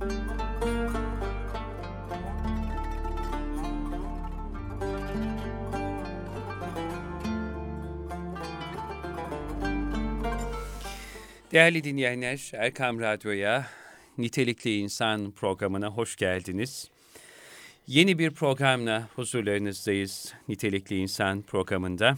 Değerli dinleyenler, Erkam Radyo'ya, Nitelikli İnsan programına hoş geldiniz. Yeni bir programla huzurlarınızdayız, Nitelikli İnsan programında.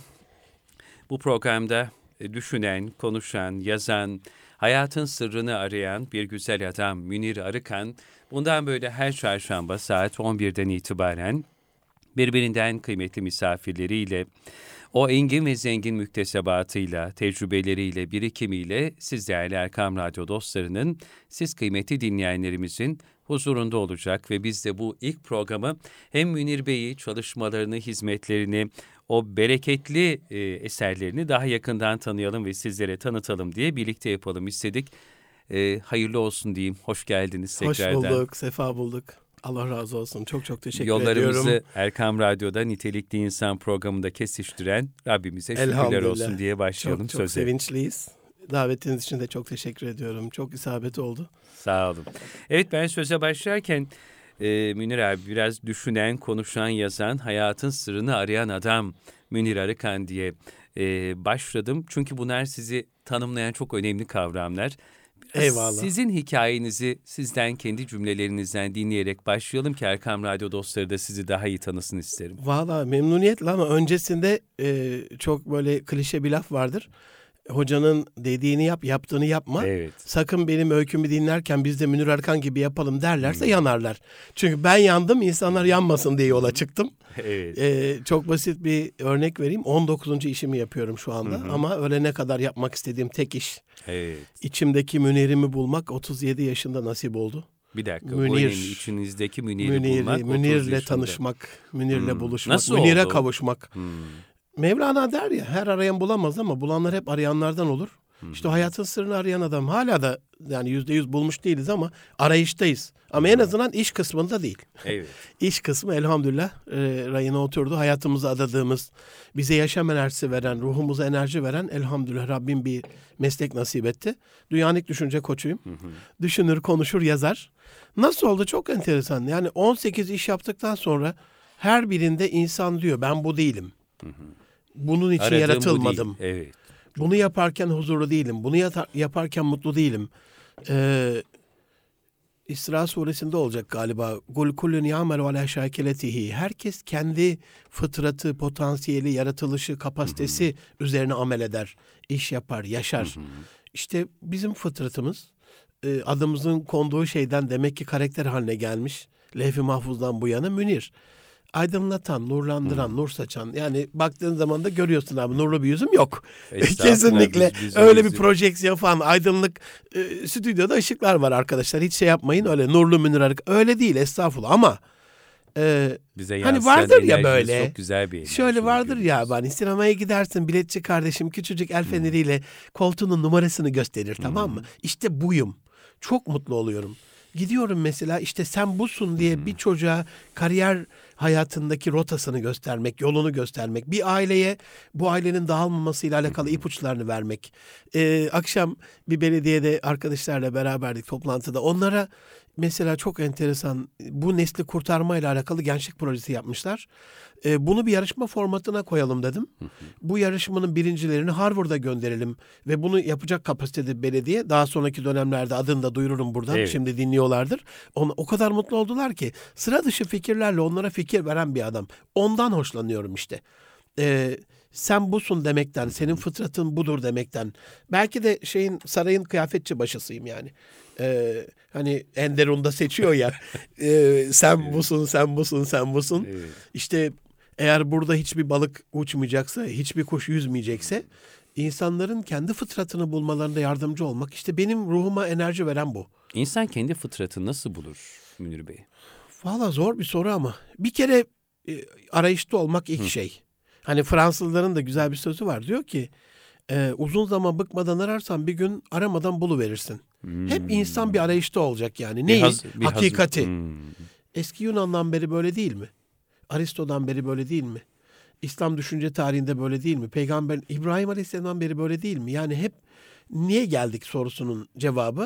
Bu programda düşünen, konuşan, yazan, hayatın sırrını arayan bir güzel adam Münir Arıkan, bundan böyle her çarşamba saat 11'den itibaren birbirinden kıymetli misafirleriyle, o engin ve zengin müktesebatıyla, tecrübeleriyle, birikimiyle siz değerli Erkam Radyo dostlarının, siz kıymetli dinleyenlerimizin huzurunda olacak ve biz de bu ilk programı hem Münir Bey'i, çalışmalarını, hizmetlerini, o bereketli eserlerini daha yakından tanıyalım ve sizlere tanıtalım diye birlikte yapalım istedik. Hayırlı olsun diyeyim. Hoş geldiniz tekrardan. Hoş bulduk, sefa bulduk. Allah razı olsun. Çok çok teşekkür ediyorum. Yollarımızı Erkam Radyo'da Nitelikli İnsan programında kesiştiren Rabbimize şükürler olsun diye başlayalım çok sevinçliyiz. Davetiniz için de çok teşekkür ediyorum. Çok isabet oldu. Sağ olun. Evet, ben söze başlarken Münir abi biraz düşünen, konuşan, yazan, hayatın sırrını arayan adam Münir Arıkan diye başladım. Çünkü bunlar sizi tanımlayan çok önemli kavramlar. Eyvallah. Sizin hikayenizi sizden, kendi cümlelerinizden dinleyerek başlayalım ki Erkam Radyo dostları da sizi daha iyi tanısın isterim. Valla memnuniyetle ama öncesinde çok böyle klişe bir laf vardır. Hocanın dediğini yap, yaptığını yapma. Evet. Sakın benim öykümü dinlerken biz de Münir Arıkan gibi yapalım derlerse yanarlar. Çünkü ben yandım, insanlar yanmasın diye yola çıktım. Evet. Çok basit bir örnek vereyim. 19. işimi yapıyorum şu anda. Ama ölene kadar yapmak istediğim tek iş. Evet. İçimdeki Münir'imi bulmak 37 yaşında nasip oldu. Bir dakika, Münir, bu önemli. İçinizdeki Münir'i bulmak. Münir'le tanışmak, Münir'le buluşmak, Nasıl Münir'e oldu? kavuşmak. Mevlana der ya, her arayan bulamaz ama bulanlar hep arayanlardan olur. İşte hayatın sırrını arayan adam hala da yani %100 bulmuş değiliz ama arayıştayız. Ama en azından iş kısmında değil. Evet. İş kısmı elhamdülillah rayına oturdu. Hayatımıza adadığımız, bize yaşam enerjisi veren, ruhumuza enerji veren elhamdülillah Rabbim bir meslek nasip etti. Dünyanın ilk düşünce koçuyum. Düşünür, konuşur, yazar. Nasıl oldu? Çok enteresan. Yani 18 iş yaptıktan sonra her birinde insan diyor ben bu değilim. Bunun için Aradığım yaratılmadım. bu değil. Evet. Bunu yaparken huzurlu değilim. Bunu yaparken mutlu değilim. İsra suresinde olacak galiba. Kul kullun ya'melu ala şakeletihi. Herkes kendi fıtratı, potansiyeli, yaratılışı, kapasitesi üzerine amel eder. İş yapar, yaşar. İşte bizim fıtratımız adımızın konduğu şeyden demek ki karakter haline gelmiş. Levh-i Mahfuz'dan bu yana Münir. Aydınlatan, nurlandıran, nur saçan. Yani baktığın zaman da görüyorsun abi, nurlu bir yüzüm yok. Kesinlikle öyle bir projeksiyon falan, aydınlık stüdyoda ışıklar var arkadaşlar. Hiç şey yapmayın, öyle nurlu Münir Arıkan. Öyle değil, estağfurullah ama bize hani vardır ya böyle. Çok güzel bir enerji. Şöyle vardır ya, hani sinemaya gidersin, biletçi kardeşim küçücük el feneriyle koltuğunun numarasını gösterir, tamam mı? İşte buyum. Çok mutlu oluyorum. Gidiyorum mesela, işte sen busun diye bir çocuğa kariyer hayatındaki rotasını göstermek, yolunu göstermek, bir aileye bu ailenin dağılmamasıyla alakalı ipuçlarını vermek. Akşam bir belediyede arkadaşlarla beraberdik toplantıda. Onlara mesela çok enteresan, bu nesli kurtarmayla alakalı gençlik projesi yapmışlar. Bunu bir yarışma formatına koyalım dedim. Bu yarışmanın birincilerini Harvard'a gönderelim ve bunu yapacak kapasitede belediye. Daha sonraki dönemlerde adını da duyururum buradan. Evet. Şimdi dinliyorlardır. O kadar mutlu oldular ki, sıra dışı fikirlerle onlara fikir veren bir adam. Ondan hoşlanıyorum işte. Sen busun demekten, senin fıtratın budur demekten. Belki de sarayın kıyafetçi başısıyım yani. Hani Enderun'da seçiyor ya. Sen busun, sen busun, sen busun. Evet. İşte eğer burada hiçbir balık uçmayacaksa, hiçbir kuş yüzmeyecekse, insanların kendi fıtratını bulmalarında yardımcı olmak, işte benim ruhuma enerji veren bu. İnsan kendi fıtratını nasıl bulur Münir Bey? Valla zor bir soru ama bir kere arayışta olmak ilk şey. Hani Fransızların da güzel bir sözü var. Diyor ki uzun zaman bıkmadan ararsan bir gün aramadan buluverirsin. Hep insan bir arayışta olacak yani. Neyi? Hakikati. Eski Yunan'dan beri böyle değil mi? Aristo'dan beri böyle değil mi? İslam düşünce tarihinde böyle değil mi? Peygamber İbrahim Aleyhisselam'dan beri böyle değil mi? Yani hep niye geldik sorusunun cevabı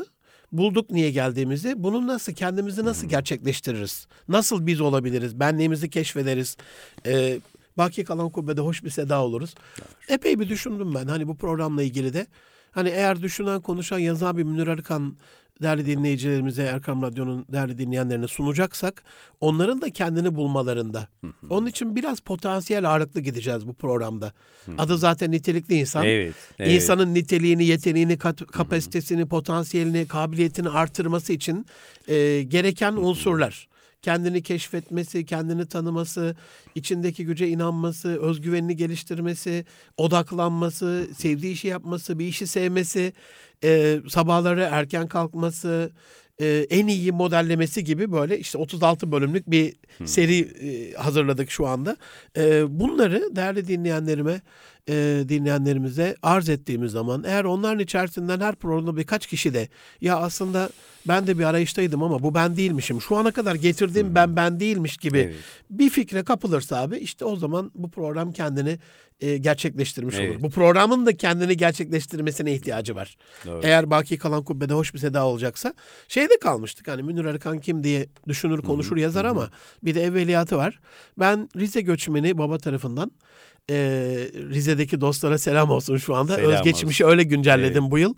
bulduk niye geldiğimizi. Bunu nasıl, kendimizi nasıl gerçekleştiririz? Nasıl biz olabiliriz? Benliğimizi keşfederiz. Baki kalan kubbede hoş bir seda oluruz. Epey bir düşündüm ben hani bu programla ilgili de. Hani eğer düşünen, konuşan, yazan bir Münir Arıkan değerli dinleyicilerimize, Erkam Radyo'nun değerli dinleyenlerine sunacaksak onların da kendini bulmalarında. Onun için biraz potansiyel ağırlıklı gideceğiz bu programda. Adı zaten nitelikli insan. Evet. İnsanın niteliğini, yeteneğini, kapasitesini, potansiyelini, kabiliyetini artırması için gereken unsurlar. Kendini keşfetmesi, kendini tanıması, içindeki güce inanması, özgüvenini geliştirmesi, odaklanması, sevdiği işi yapması, bir işi sevmesi, sabahları erken kalkması, en iyi modellemesi gibi böyle işte 36 bölümlük bir seri hazırladık şu anda. Bunları değerli dinleyenlerimize arz ettiğimiz zaman eğer onların içerisinden her programda birkaç kişi de ya aslında ben de bir arayıştaydım ama bu ben değilmişim. Şu ana kadar getirdiğim ben değilmiş gibi bir fikre kapılırsa abi işte o zaman bu program kendini gerçekleştirmiş olur. Bu programın da kendini gerçekleştirmesine ihtiyacı var. Doğru. Eğer baki kalan kubbede hoş bir seda olacaksa şeyde kalmıştık. Hani Münir Arıkan kim diye düşünür, konuşur, yazar ama bir de evveliyatı var. Ben Rize göçmeni baba tarafından Rize'deki dostlara selam olsun şu anda. Selam Özgeçmişi öyle güncelledim bu yıl.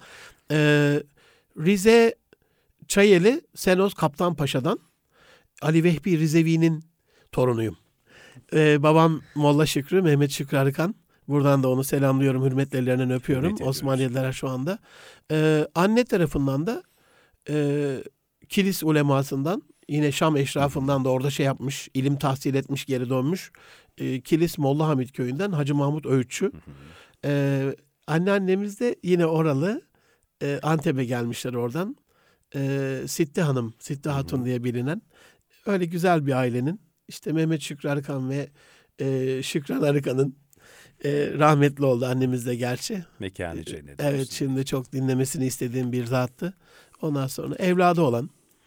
Rize Çayeli Senoz Kaptanpaşa'dan Ali Vehbi Rizevi'nin torunuyum. Babam Molla Şükrü, Mehmet Şükrü Arıkan. Buradan da onu selamlıyorum, hürmetle ellerinden öpüyorum. Osmaniyelilere şu anda. Anne tarafından da Kilis ulemasından, yine Şam eşrafından da orada şey yapmış, ilim tahsil etmiş, geri dönmüş. Kilis Molla Hamit köyünden Hacı Mahmut Öğütçü. Anneannemiz de yine oralı. Antep'e gelmişler oradan. Sitte Hanım, Sitte Hatun diye bilinen. Öyle güzel bir ailenin. İşte Mehmet Şükrü Arıkan ve Şükran Arıkan'ın rahmetli oldu. Annemiz de gerçi. Mekanı cennet. Evet, şimdi çok dinlemesini istediğim bir zattı. Ondan sonra evladı olan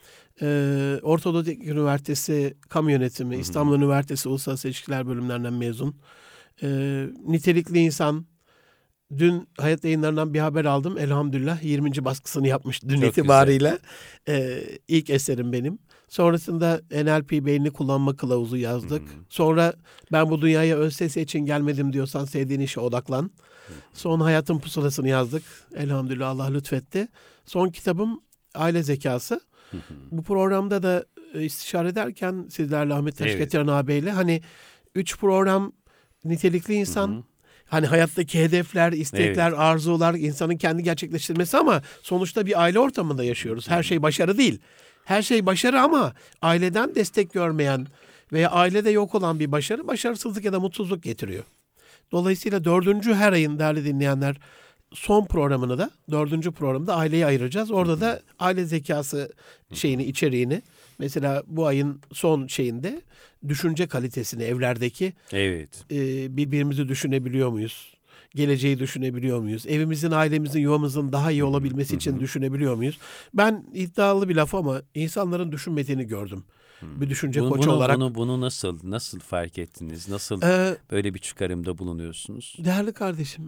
Orta Teknik Üniversitesi Kamu Yönetimi, İstanbul Üniversitesi Uluslararası İlişkiler bölümlerinden mezun. Nitelikli insan. Dün Hayat Yayınları'ndan bir haber aldım. Elhamdülillah 20. baskısını yapmış dün Çok itibariyle. İlk eserim benim. Sonrasında NLP Beynini Kullanma Kılavuzu yazdık. Sonra ben bu dünyaya ÖSS için gelmedim diyorsan sevdiğin işe odaklan. Son Hayatın Pusulasını yazdık. Elhamdülillah Allah lütfetti. Son kitabım Aile Zekası. Bu programda da istişare ederken sizlerle Ahmet Taşketiran ağabeyle hani 3 program nitelikli insan, hani hayattaki hedefler, istekler, arzular, insanın kendi gerçekleştirmesi ama sonuçta bir aile ortamında yaşıyoruz. Her şey başarı değil. Her şey başarı ama aileden destek görmeyen veya ailede yok olan bir başarı, başarısızlık ya da mutsuzluk getiriyor. Dolayısıyla 4. her ayın değerli dinleyenler son programını da 4. programda aileye ayıracağız. Orada da aile zekası içeriğini mesela bu ayın son şeyinde düşünce kalitesini evlerdeki birbirimizi düşünebiliyor muyuz? Geleceği düşünebiliyor muyuz? Evimizin, ailemizin, yuvamızın daha iyi olabilmesi için düşünebiliyor muyuz? Ben iddialı bir laf ama insanların düşünmediğini gördüm. Bir düşünce koçu olarak. Bunu nasıl fark ettiniz? Nasıl böyle bir çıkarımda bulunuyorsunuz? Değerli kardeşim,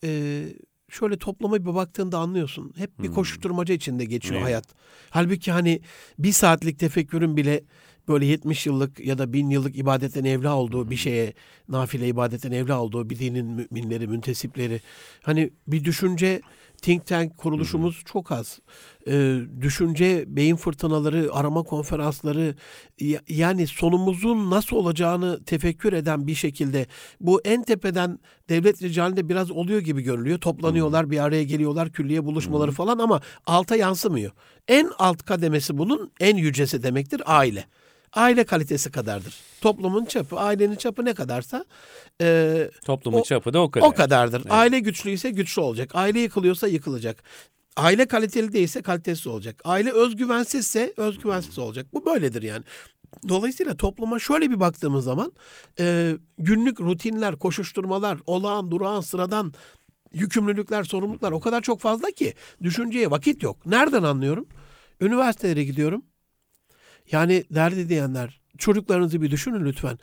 şöyle toplama bir baktığında anlıyorsun. Hep bir koşuşturmaca içinde geçiyor hayat. Halbuki hani bir saatlik tefekkürün bile böyle 70 yıllık ya da 1000 yıllık ibadetten evla olduğu bir şeye, nafile ibadetten evla olduğu bir dinin müminleri, müntesipleri. Hani bir düşünce think tank kuruluşumuz çok az. Düşünce, beyin fırtınaları, arama konferansları, yani sonumuzun nasıl olacağını tefekkür eden bir şekilde bu en tepeden devlet ricalinde biraz oluyor gibi görülüyor. Toplanıyorlar, bir araya geliyorlar, külliye buluşmaları falan ama alta yansımıyor. En alt kademesi bunun en yücesi demektir aile. Aile kalitesi kadardır. Toplumun çapı, ailenin çapı ne kadarsa toplumun çapı da o kadar. O kadardır. Evet. Aile güçlüyse güçlü olacak. Aile yıkılıyorsa yıkılacak. Aile kaliteli değilse kalitesiz olacak. Aile özgüvensizse özgüvensiz olacak. Bu böyledir yani. Dolayısıyla topluma şöyle bir baktığımız zaman günlük rutinler, koşuşturmalar, olağan, durağan, sıradan yükümlülükler, sorumluluklar o kadar çok fazla ki düşünceye vakit yok. Nereden anlıyorum? Üniversitelere gidiyorum. Yani değerli diyenler, çocuklarınızı bir düşünün lütfen.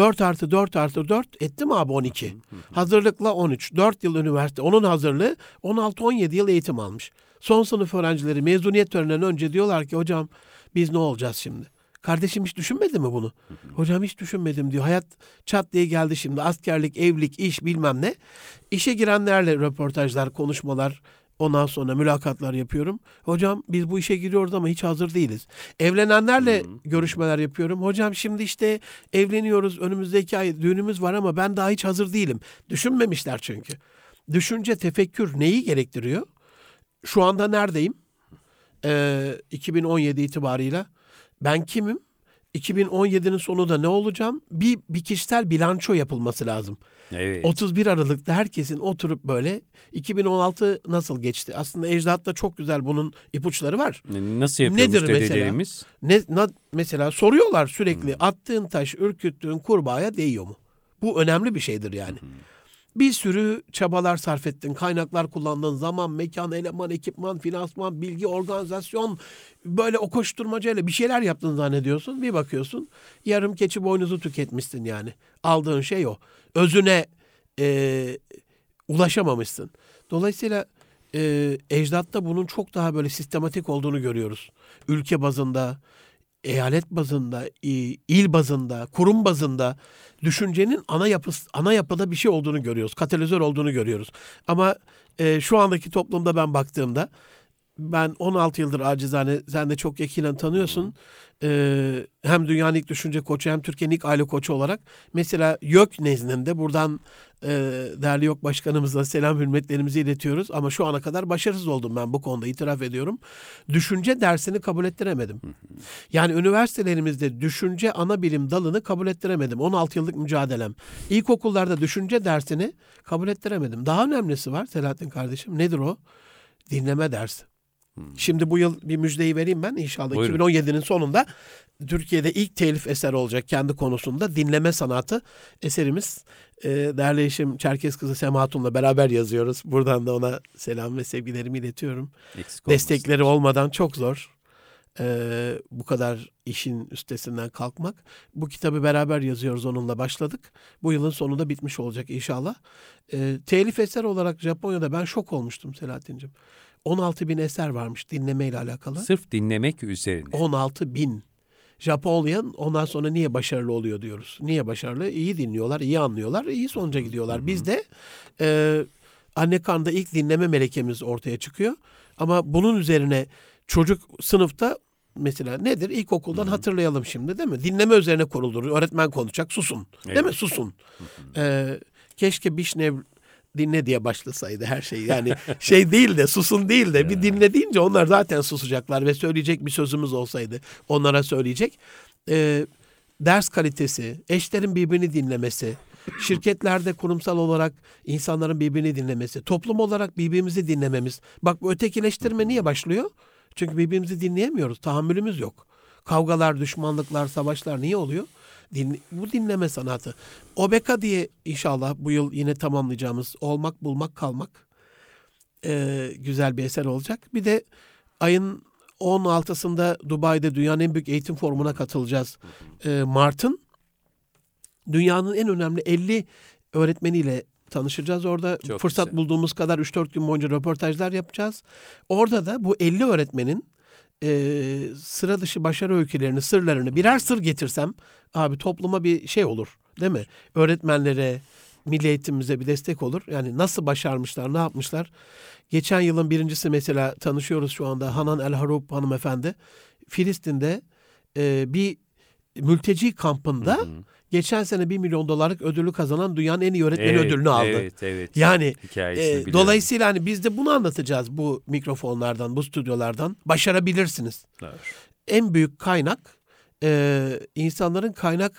4+4+4 etti mi abi 12? Hazırlıkla 13. 4 yıl üniversite. Onun hazırlığı 16-17 yıl eğitim almış. Son sınıf öğrencileri mezuniyet törenlerinden önce diyorlar ki hocam biz ne olacağız şimdi? Kardeşim hiç düşünmedi mi bunu? Hocam hiç düşünmedim diyor. Hayat çat diye geldi şimdi. Askerlik, evlilik, iş bilmem ne. İşe girenlerle röportajlar, konuşmalar, ondan sonra mülakatlar yapıyorum. Hocam biz bu işe giriyoruz ama hiç hazır değiliz. Evlenenlerle görüşmeler yapıyorum. Hocam şimdi işte evleniyoruz. Önümüzdeki ay düğünümüz var ama ben daha hiç hazır değilim. Düşünmemişler çünkü. Düşünce, tefekkür neyi gerektiriyor? Şu anda neredeyim? 2017 itibarıyla. Ben kimim? 2017'nin sonunda ne olacağım? Bir kişisel bilanço yapılması lazım. Evet. 31 Aralık'ta herkesin oturup böyle 2016 nasıl geçti? Aslında ecdatta çok güzel bunun ipuçları var. Nasıl yapıyormuş Nedir dedelerimiz? Mesela soruyorlar sürekli attığın taş ürküttüğün kurbağaya değiyor mu? Bu önemli bir şeydir yani. Bir sürü çabalar sarf ettin, kaynaklar kullandın, zaman, mekan, eleman, ekipman, finansman, bilgi, organizasyon, böyle o koşturmacayla bir şeyler yaptın zannediyorsun. Bir bakıyorsun yarım keçi boynuzu tüketmişsin yani. Aldığın şey o. Özüne ulaşamamışsın. Dolayısıyla ecdatta bunun çok daha böyle sistematik olduğunu görüyoruz. Ülke bazında, eyalet bazında, il bazında, kurum bazında düşüncenin ana yapıda bir şey olduğunu görüyoruz. Katalizör olduğunu görüyoruz. Ama şu andaki toplumda ben baktığımda ben 16 yıldır acizane sen de çok yakinen tanıyorsun. Hem dünyanın ilk düşünce koçu hem Türkiye'nin ilk aile koçu olarak mesela YÖK nezdinde buradan değerli YÖK başkanımıza selam hürmetlerimizi iletiyoruz. Ama şu ana kadar başarısız oldum ben bu konuda itiraf ediyorum. Düşünce dersini kabul ettiremedim. Yani üniversitelerimizde düşünce ana bilim dalını kabul ettiremedim. 16 yıllık mücadelem. İlkokullarda düşünce dersini kabul ettiremedim. Daha önemlisi var Selahattin kardeşim. Nedir o? Dinleme dersi. Şimdi bu yıl bir müjdeyi vereyim ben inşallah. Buyurun. 2017'nin sonunda Türkiye'de ilk telif eser olacak kendi konusunda dinleme sanatı eserimiz. Değerli eşim Çerkez kızı Sema Hatun'la beraber yazıyoruz. Buradan da ona selam ve sevgilerimi iletiyorum. Destekleri olmadan çok zor. Bu kadar işin üstesinden kalkmak. Bu kitabı beraber yazıyoruz, onunla başladık. Bu yılın sonunda bitmiş olacak inşallah. Telif eser olarak Japonya'da ben şok olmuştum Selahattin'cim. 16 bin eser varmış dinlemeyle alakalı. Sırf dinlemek üzerine. 16 bin. Japolyan ondan sonra niye başarılı oluyor diyoruz. Niye başarılı? İyi dinliyorlar, iyi anlıyorlar, iyi sonuca gidiyorlar. Biz de anne karnında ilk dinleme melekemiz ortaya çıkıyor. Ama bunun üzerine çocuk sınıfta mesela nedir? İlkokuldan hatırlayalım şimdi değil mi? Dinleme üzerine kurulur. Öğretmen konuşacak, susun. Evet. Değil mi? Susun. Keşke Bişnev dinle diye başlasaydı her şey. Yani şey değil de susun değil de bir dinle deyince onlar zaten susacaklar ve söyleyecek bir sözümüz olsaydı onlara söyleyecek. Ders kalitesi, eşlerin birbirini dinlemesi, şirketlerde kurumsal olarak insanların birbirini dinlemesi, toplum olarak birbirimizi dinlememiz. Bak bu ötekileştirme niye başlıyor? Çünkü birbirimizi dinleyemiyoruz. Tahammülümüz yok. Kavgalar, düşmanlıklar, savaşlar niye oluyor? Bu dinleme sanatı. OBEKA diye inşallah bu yıl yine tamamlayacağımız olmak, bulmak, kalmak güzel bir eser olacak. Bir de ayın 16'sında Dubai'de dünyanın en büyük eğitim forumuna katılacağız. Mart'ın dünyanın en önemli 50 öğretmeniyle tanışacağız. Orada çok fırsat güzel. bulduğumuz kadar 3-4 gün boyunca röportajlar yapacağız. Orada da bu 50 öğretmenin sıra dışı başarı öykülerini, sırlarını birer sır getirsem abi topluma bir şey olur değil mi? Öğretmenlere, milli eğitimimize bir destek olur. Yani nasıl başarmışlar, ne yapmışlar? Geçen yılın birincisi mesela tanışıyoruz şu anda Hanan El Harub hanımefendi. Filistin'de bir mülteci kampında geçen sene $1 milyon ödülü kazanan dünyanın en iyi öğretmeni ödülünü aldı. Evet. Yani Hikayesini dolayısıyla hani biz de bunu anlatacağız bu mikrofonlardan, bu stüdyolardan. Başarabilirsiniz. Evet. En büyük kaynak insanların kaynak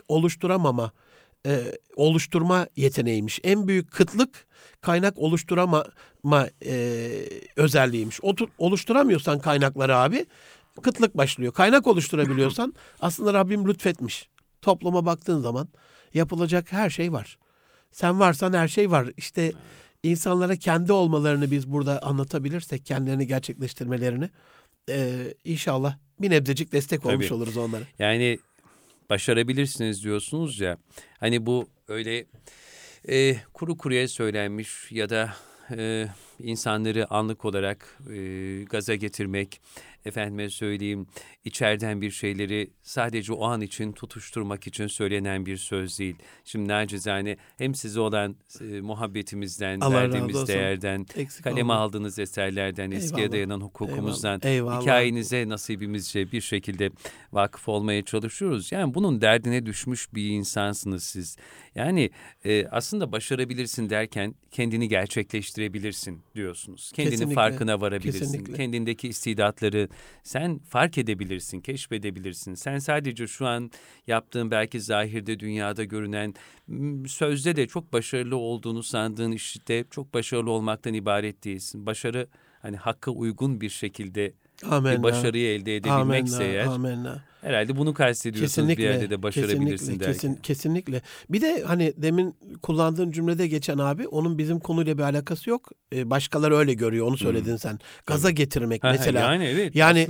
oluşturma yeteneğiymiş. En büyük kıtlık kaynak oluşturama özelliğiymiş. Oluşturamıyorsan kaynakları abi kıtlık başlıyor. Kaynak oluşturabiliyorsan aslında Rabbim lütfetmiş. Topluma baktığın zaman yapılacak her şey var. Sen varsan her şey var. İşte insanlara kendi olmalarını biz burada anlatabilirsek, kendilerini gerçekleştirmelerini inşallah bir nebzecik destek olmuş oluruz onlara. Yani başarabilirsiniz diyorsunuz ya. Hani bu öyle kuru kuruya söylenmiş ya da insanları anlık olarak gaza getirmek, efendime söyleyeyim, içeriden bir şeyleri sadece o an için tutuşturmak için söylenen bir söz değil. Şimdi nacizane hem size olan muhabbetimizden, Allah razı verdiğimiz olsun. değerden, Eksik kaleme olma. aldığınız eserlerden, eskiye Eyvallah. dayanan hukukumuzdan, Eyvallah. hikayenize nasibimizce bir şekilde vakıf olmaya çalışıyoruz. Yani bunun derdine düşmüş bir insansınız siz. Yani aslında başarabilirsin derken kendini gerçekleştirebilirsin diyorsunuz. Kendinin Kesinlikle. farkına varabilirsin. Kesinlikle. Kendindeki istidatları sen fark edebilirsin, keşfedebilirsin. Sen sadece şu an yaptığın belki zahirde dünyada görünen sözde de çok başarılı olduğunu sandığın işte çok başarılı olmaktan ibaret değilsin. Başarı hani hakka uygun bir şekilde bir başarıyı elde edebilmekse eğer herhalde bunu kastediyorsunuz bir yerde de başarabilirsin derken. Kesinlikle. Bir de hani demin kullandığın cümlede geçen abi onun bizim konuyla bir alakası yok. Başkaları öyle görüyor onu söyledin sen. Gaza getirmek mesela. Yani evet. Yani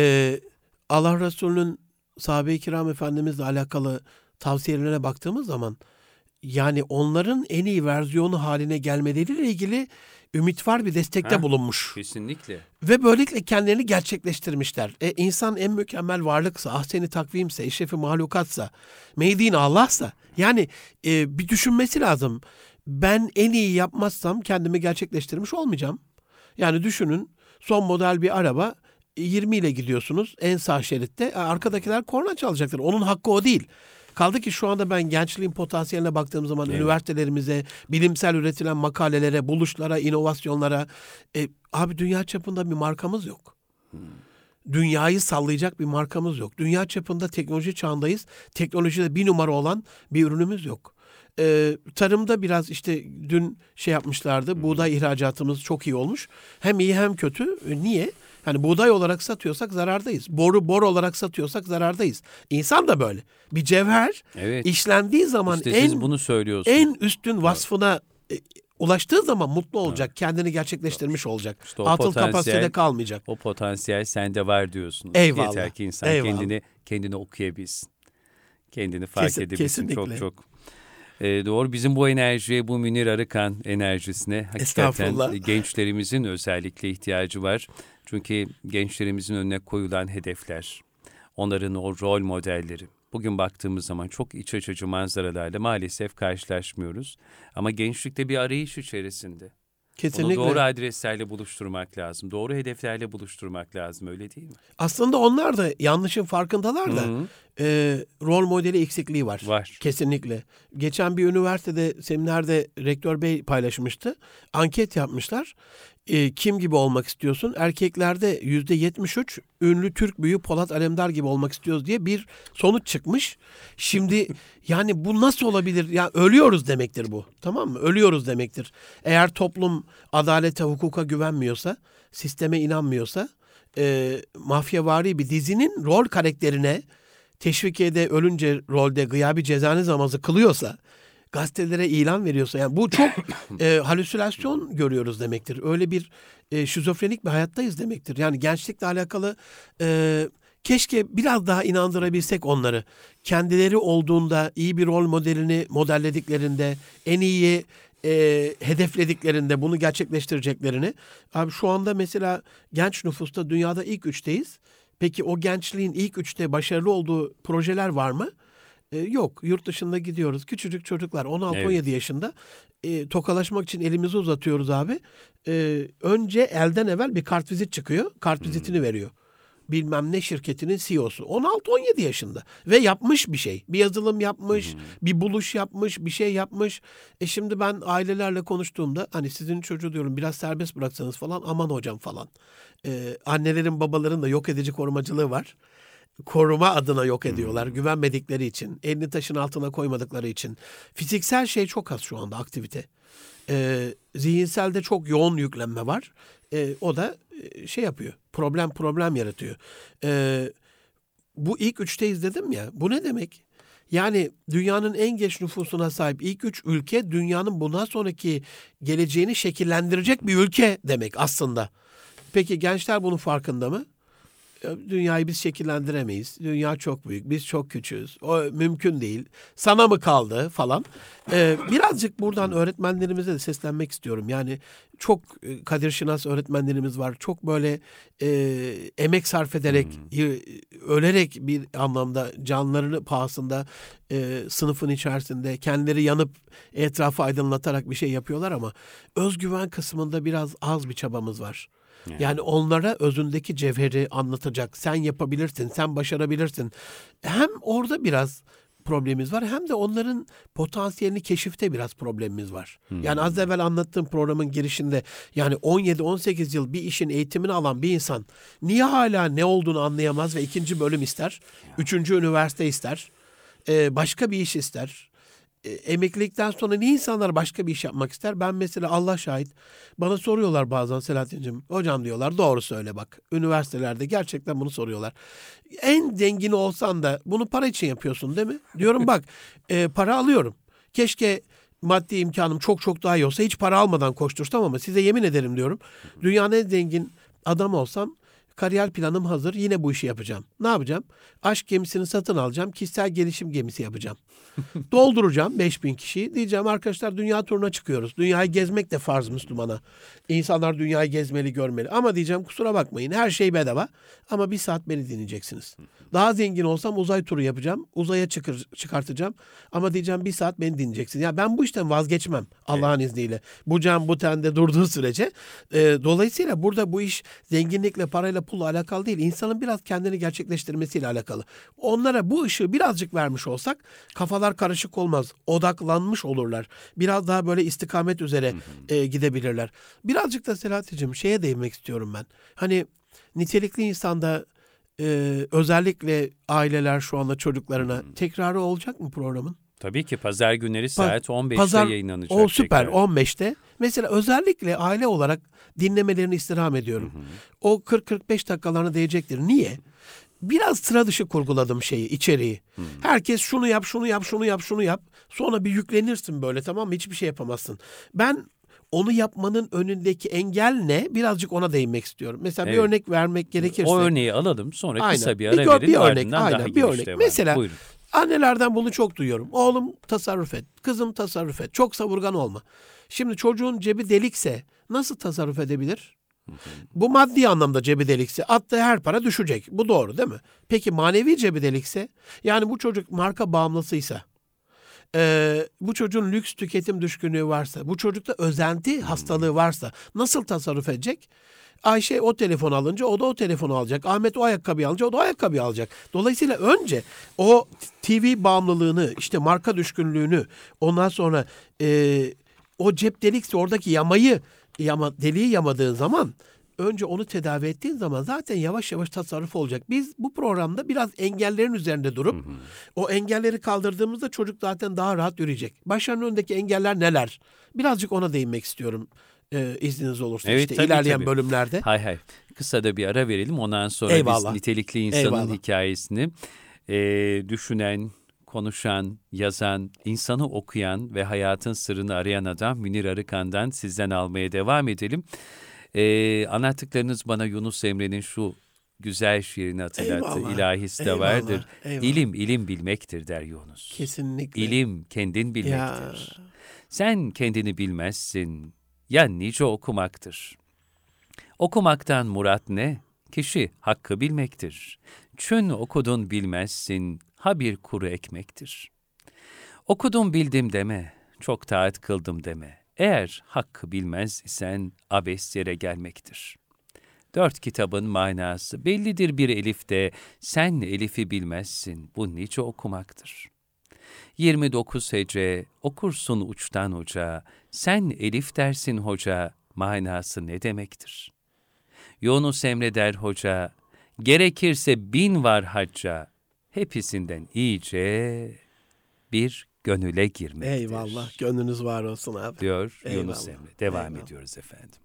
Allah Resulü'nün sahabe-i kiram efendimizle alakalı tavsiyelerine baktığımız zaman yani onların en iyi versiyonu haline gelmeleriyle ilgili ümit var bir destekte bulunmuş. Kesinlikle. Ve böylelikle kendilerini gerçekleştirmişler. İnsan en mükemmel varlıksa, ahseni takvimse, eşrefi mahlukatsa, meydin Allah'sa yani bir düşünmesi lazım. Ben en iyi yapmazsam kendimi gerçekleştirmiş olmayacağım. Yani düşünün son model bir araba 20 ile gidiyorsunuz en sağ şeritte. Arkadakiler korna çalacaktır. Onun hakkı o değil. Kaldı ki şu anda ben gençliğin potansiyeline baktığım zaman üniversitelerimize, bilimsel üretilen makalelere, buluşlara, inovasyonlara abi dünya çapında bir markamız yok. Dünyayı sallayacak bir markamız yok. Dünya çapında teknoloji çağındayız. Teknolojide bir numara olan bir ürünümüz yok. Tarımda biraz işte dün yapmışlardı. Buğday ihracatımız çok iyi olmuş. Hem iyi hem kötü. Niye? Yani buğday olarak satıyorsak zarardayız. Bor olarak satıyorsak zarardayız. İnsan da böyle. Bir cevher işlendiği zaman işte siz bunu söylüyorsunuz. En üstün vasfına ulaştığı zaman mutlu olacak. Kendini gerçekleştirmiş olacak. İşte atıl kapasitede kalmayacak. O potansiyel sende var diyorsunuz. Eyvallah. Yeter ki insan kendini okuyabilsin. Kendini fark edebilsin. Kesinlikle. Çok doğru. Bizim bu enerjiye, bu Münir Arıkan enerjisine hakikaten gençlerimizin özellikle ihtiyacı var. Çünkü gençlerimizin önüne koyulan hedefler, onların o rol modelleri. Bugün baktığımız zaman çok iç açıcı manzaralarla maalesef karşılaşmıyoruz. Ama gençlikte bir arayış içerisinde. Kesinlikle. Onu doğru adreslerle buluşturmak lazım. Doğru hedeflerle buluşturmak lazım, öyle değil mi? Aslında onlar da yanlışın farkındalar da rol modeli eksikliği var. Kesinlikle. Geçen bir üniversitede seminerde rektör bey paylaşmıştı. Anket yapmışlar. Kim gibi olmak istiyorsun? Erkeklerde %73 ünlü Türk büyüğü Polat Alemdar gibi olmak istiyoruz diye bir sonuç çıkmış. Şimdi yani bu nasıl olabilir? Ya ölüyoruz demektir bu. Tamam mı? Ölüyoruz demektir. Eğer toplum adalete, hukuka güvenmiyorsa, sisteme inanmıyorsa, mafyavari bir dizinin rol karakterine teşvikiyede ölünce rolde gıyabi cezanı namazı kılıyorsa, gazetelere ilan veriyorsa yani bu çok halüsinasyon görüyoruz demektir. Öyle bir şizofrenik bir hayattayız demektir. Yani gençlikle alakalı keşke biraz daha inandırabilsek onları. Kendileri olduğunda iyi bir rol modelini modellediklerinde en iyi hedeflediklerinde bunu gerçekleştireceklerini. Abi şu anda mesela genç nüfusta dünyada ilk 3'teyiz. Peki o gençliğin ilk 3'te başarılı olduğu projeler var mı? Yok. Yurt dışında gidiyoruz. Küçücük çocuklar 16-17 yaşında tokalaşmak için elimizi uzatıyoruz abi. Önce elden evvel bir kartvizit çıkıyor. Kartvizitini veriyor. Bilmem ne şirketinin CEO'su. 16-17 yaşında. Ve yapmış bir şey. Bir yazılım yapmış, bir buluş yapmış, bir şey yapmış. Şimdi ben ailelerle konuştuğumda hani sizin çocuğu diyorum biraz serbest bıraksanız falan aman hocam falan. Annelerin babaların da yok edici korumacılığı var. Koruma adına yok ediyorlar. Güvenmedikleri için. Elini taşın altına koymadıkları için. Fiziksel şey çok az şu anda aktivite. Zihinselde çok yoğun yüklenme var. O da yapıyor. Problem yaratıyor. Bu ilk 3'teyiz dedim ya. Bu ne demek? Yani dünyanın en genç nüfusuna sahip ilk 3 ülke dünyanın bundan sonraki geleceğini şekillendirecek bir ülke demek aslında. Peki gençler bunun farkında mı? Dünyayı biz şekillendiremeyiz. Dünya çok büyük. Biz çok küçüğüz. O mümkün değil. Sana mı kaldı falan. Birazcık buradan öğretmenlerimize de seslenmek istiyorum. Yani çok Kadir Şinas öğretmenlerimiz var. Çok böyle emek sarf ederek, ölerek bir anlamda canlarını pahasında sınıfın içerisinde kendileri yanıp etrafı aydınlatarak bir şey yapıyorlar ama özgüven kısmında biraz az bir çabamız var. Yani onlara özündeki cevheri anlatacak. Sen yapabilirsin, sen başarabilirsin. Hem orada biraz problemimiz var hem de onların potansiyelini keşifte biraz problemimiz var. Yani az evvel anlattığım programın girişinde yani 17-18 yıl bir işin eğitimini alan bir insan niye hala ne olduğunu anlayamaz ve 2. bölüm ister, 3. üniversite ister, başka bir iş ister. Emeklilikten sonra niye insanlar başka bir iş yapmak ister? Ben mesela Allah şahit bana soruyorlar bazen Selahattin'cim. Hocam diyorlar doğru söyle bak. Üniversitelerde gerçekten bunu soruyorlar. En zengini olsan da bunu para için yapıyorsun değil mi? Diyorum bak para alıyorum. Keşke maddi imkanım çok çok daha iyi olsa hiç para almadan koştursam ama size yemin ederim diyorum. Dünyanın en zengin adam olsam kariyer planım hazır. Yine bu işi yapacağım. Ne yapacağım? Aşk gemisini satın alacağım. Kişisel gelişim gemisi yapacağım. Dolduracağım 5000 kişiyi. Diyeceğim arkadaşlar dünya turuna çıkıyoruz. Dünyayı gezmek de farz Müslümana. İnsanlar dünyayı gezmeli, görmeli. Ama diyeceğim kusura bakmayın her şey bedava. Ama 1 saat beni dinleyeceksiniz. Daha zengin olsam uzay turu yapacağım. Uzaya çıkartacağım. Ama diyeceğim 1 saat beni dinleyeceksiniz. Ya ben bu işten vazgeçmem Allah'ın izniyle. Bu can bu tende durduğu sürece. Dolayısıyla burada bu iş zenginlikle, parayla, pulla alakalı değil. İnsanın biraz kendini gerçekleştirmesiyle alakalı. Onlara bu ışığı birazcık vermiş olsak kafalar karışık olmaz. Odaklanmış olurlar. Biraz daha böyle istikamet üzere gidebilirler. Birazcık da Selahattin'cim şeye değinmek istiyorum ben. Hani nitelikli insanda özellikle aileler şu anda çocuklarına tekrarı olacak mı programın? Tabii ki pazar günleri saat 15'te yayınlanacak. O süper tekrar. 15'te. Mesela özellikle aile olarak dinlemelerini istirham ediyorum. O 40-45 dakikalarına değecektir. Niye? Biraz sıra dışı kurguladım içeriği. Herkes şunu yap, şunu yap, şunu yap, şunu yap. Sonra bir yüklenirsin böyle tamam mı? Hiçbir şey yapamazsın. Ben onu yapmanın önündeki engel ne? Birazcık ona değinmek istiyorum. Mesela bir örnek vermek gerekirse. O örneği alalım sonra kısa bir ara verelim. verelim. Bir örnek, Daha bir örnek. devam. Mesela Buyurun. annelerden bunu çok duyuyorum. Oğlum tasarruf et, kızım tasarruf et. Çok savurgan olma. Şimdi çocuğun cebi delikse nasıl tasarruf edebilir? Bu maddi anlamda cebi delikse attığı her para düşecek. Bu doğru değil mi? Peki manevi cebi delikse yani bu çocuk marka bağımlısıysa, bu çocuğun lüks tüketim düşkünlüğü varsa, bu çocukta özenti hastalığı varsa nasıl tasarruf edecek? Ayşe o telefonu alınca o da o telefonu alacak. Ahmet o ayakkabıyı alınca o da o ayakkabıyı alacak. Dolayısıyla önce o TV bağımlılığını, işte marka düşkünlüğünü, ondan sonra o cep delikse oradaki deliği yamadığın zaman önce onu tedavi ettiğin zaman zaten yavaş yavaş tasarruf olacak. Biz bu programda biraz engellerin üzerinde durup o engelleri kaldırdığımızda çocuk zaten daha rahat yürüyecek. Başarının önündeki engeller neler? Birazcık ona değinmek istiyorum. İzniniz olursa Evet, işte ilerleyen bölümlerde. Hay. Kısa da bir ara verelim. Ondan sonra biz nitelikli insanın hikayesini düşünen, konuşan, yazan, insanı okuyan ve hayatın sırrını arayan adam Münir Arıkan'dan sizden almaya devam edelim. Anlattıklarınız bana Yunus Emre'nin şu güzel şiirini hatırlattı. İlahisi de vardır. İlim bilmektir der Yunus. Kesinlikle. İlim kendin bilmektir. Sen kendini bilmezsin. Ya nice okumaktır. Okumaktan murat ne? Kişi hakkı bilmektir. Çün okudun bilmezsin, ha bir kuru ekmektir. Okudum bildim deme, çok taat kıldım deme. Eğer hakkı bilmez isen abes yere gelmektir. 4 kitabın manası bellidir bir elifte, sen elifi bilmezsin, bu nice okumaktır. 29 hece, okursun uçtan uca, sen elif dersin hoca, manası ne demektir? Yunus Emre der hoca, gerekirse 1000 var hacca, hepsinden iyice bir gönüle girmektir. Eyvallah, gönlünüz var olsun abi. Diyor Yunus Emre. Devam ediyoruz efendim.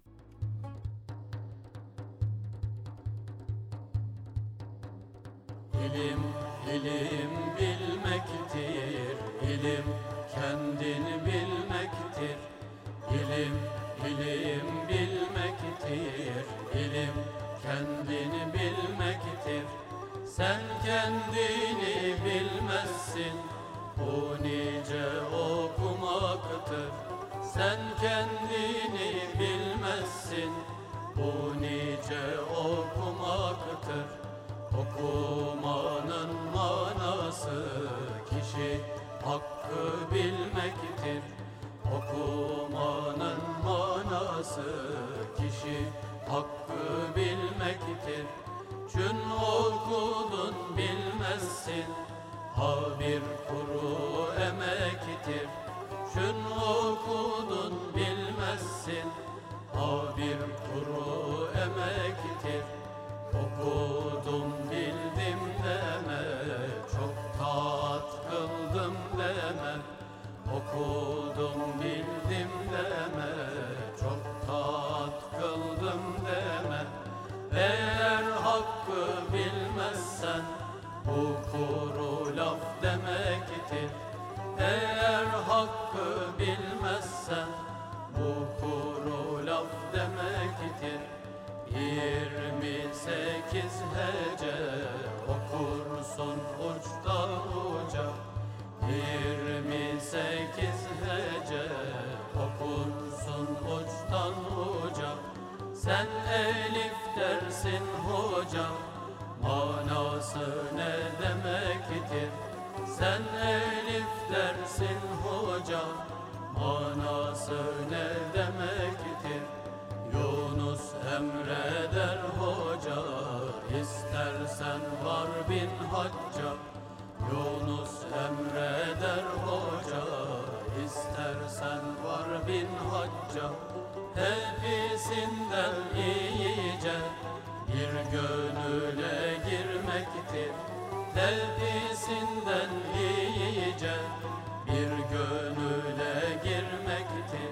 İlim bilmektir, ilim kendini bilmektir. İlim bilmektir, ilim kendini bilmektir. Sen kendini bilmezsin, bu nice okumaktır. Sen kendini bilmezsin, bu nice okumaktır. Okumanın manası kişi hakkı bilmektir. Okumanın manası kişi hakkı bilmektir. Çün okudun bilmezsin, ha bir kuru emektir. Çün okudun bilmezsin, ha bir kuru emektir. Okudum bildim deme, çok taat kıldım deme. Okudum bildim deme, çok taat kıldım deme. Eğer hakkı bilmezsen bu kuru laf demektir. Eğer hakkı bilmezsen bu kuru laf demektir. 28 hece okursun uçtan uca. 28 hece okursun uçtan uca. Sen elif dersin hoca, manası ne demektir? Sen elif dersin hoca, manası ne demektir? Yunus emreder hoca, istersen var bin hacca. Yunus emreder hoca, istersen var bin hacca. Hepsinden iyice bir gönüle girmektir. Hepsinden iyice bir gönüle girmektir.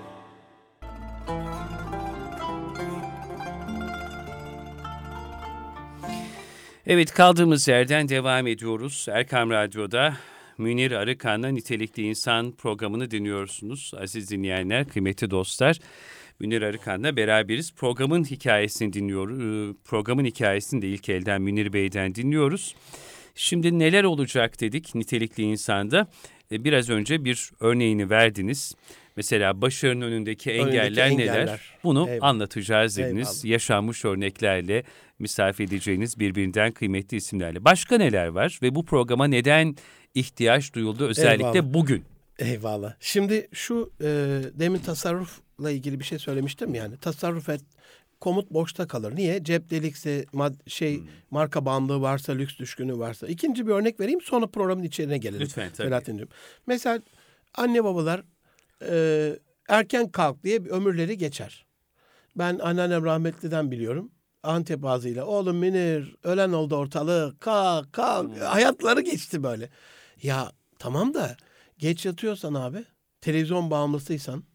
Evet, kaldığımız yerden devam ediyoruz. Erkam Radyo'da Münir Arıkan'la Nitelikli İnsan programını dinliyorsunuz. Aziz dinleyenler, kıymetli dostlar. Münir Arıkan'la beraberiz. Programın hikayesini dinliyoruz. Programın hikayesini de ilk elden Münir Bey'den dinliyoruz. Şimdi neler olacak dedik nitelikli insanda. Biraz önce bir örneğini verdiniz. Mesela başarının önündeki engeller neler? Bunu anlatacağız dediniz. Eyvallah. Yaşanmış örneklerle misafir edeceğiniz birbirinden kıymetli isimlerle. Başka neler var ve bu programa neden ihtiyaç duyuldu özellikle bugün? Eyvallah. Şimdi şu demin tasarrufla ilgili bir şey söylemiştim yani. Tasarruf et, komut boşta kalır. Niye? Cep delikse, marka bağımlılığı varsa, lüks düşkünü varsa. İkinci bir örnek vereyim, sonra programın içeriğine gelelim. Lütfen, tabii. Selahattin'cim. Mesela anne babalar erken kalk diye ömürleri geçer. Ben anneannem rahmetliden biliyorum. Antep ağzıyla, oğlum Münir, ölen oldu ortalık, kalk. Hayatları geçti böyle. Ya tamam da geç yatıyorsan abi, televizyon bağımlısıysan,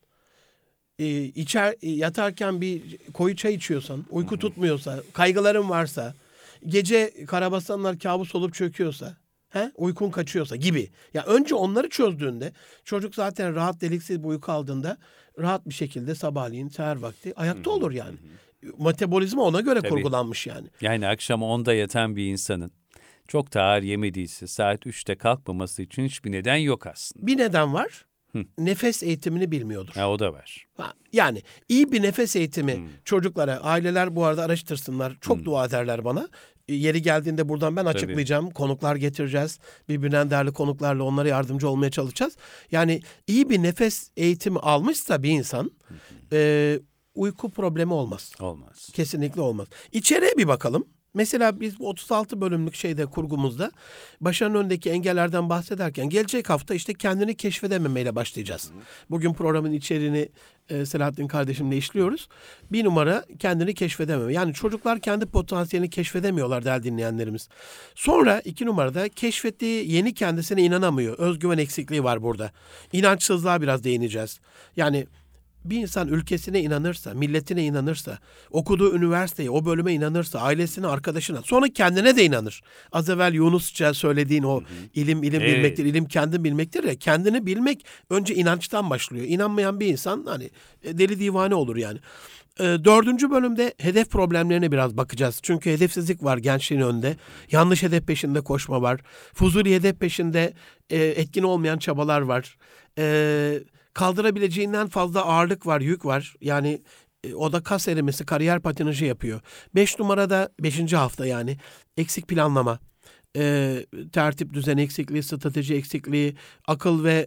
yatarken bir koyu çay içiyorsan, uyku tutmuyorsa, kaygıların varsa, gece karabasanlar kabus olup çöküyorsa, uykun kaçıyorsa gibi. Ya önce onları çözdüğünde çocuk zaten rahat deliksiz bir uyku aldığında rahat bir şekilde sabahleyin seher vakti ayakta olur yani. Metabolizma ona göre kurgulanmış yani. Yani akşam 10'da yatan bir insanın çok da ağır yemediyse saat 3'te kalkmaması için hiçbir neden yok aslında. Bir neden var. Nefes eğitimini bilmiyordur. O da var. Yani iyi bir nefes eğitimi çocuklara, aileler bu arada araştırsınlar. Çok dua ederler bana. Yeri geldiğinde buradan ben açıklayacağım. Tabii. Konuklar getireceğiz. Birbirinden değerli konuklarla onlara yardımcı olmaya çalışacağız. Yani iyi bir nefes eğitimi almışsa bir insan uyku problemi olmaz. Olmaz. Kesinlikle olmaz. İçeriye bir bakalım. Mesela biz bu 36 bölümlük kurgumuzda başarının önündeki engellerden bahsederken gelecek hafta işte kendini keşfedememeyle başlayacağız. Bugün programın içeriğini Selahattin kardeşimle işliyoruz. 1 numara kendini keşfedememe. Yani çocuklar kendi potansiyelini keşfedemiyorlar değerli dinleyenlerimiz. Sonra 2 numarada keşfettiği yeni kendisine inanamıyor. Özgüven eksikliği var burada. İnançsızlığa biraz değineceğiz. Yani bir insan ülkesine inanırsa, milletine inanırsa, okuduğu üniversiteye, o bölüme inanırsa, ailesine, arkadaşına, sonra kendine de inanır. Az evvel Yunusça söylediğin o ilim bilmektir, ilim kendin bilmektir ya. Kendini bilmek önce inançtan başlıyor. İnanmayan bir insan deli divane olur yani. 4. bölümde hedef problemlerine biraz bakacağız. Çünkü hedefsizlik var gençliğin önünde. Yanlış hedef peşinde koşma var. Fuzuli hedef peşinde etkin olmayan çabalar var. Kaldırabileceğinden fazla ağırlık var, yük var. Yani o da kas erimesi, kariyer patinajı yapıyor. 5 numarada 5. hafta yani eksik planlama, tertip düzen eksikliği, strateji eksikliği, akıl ve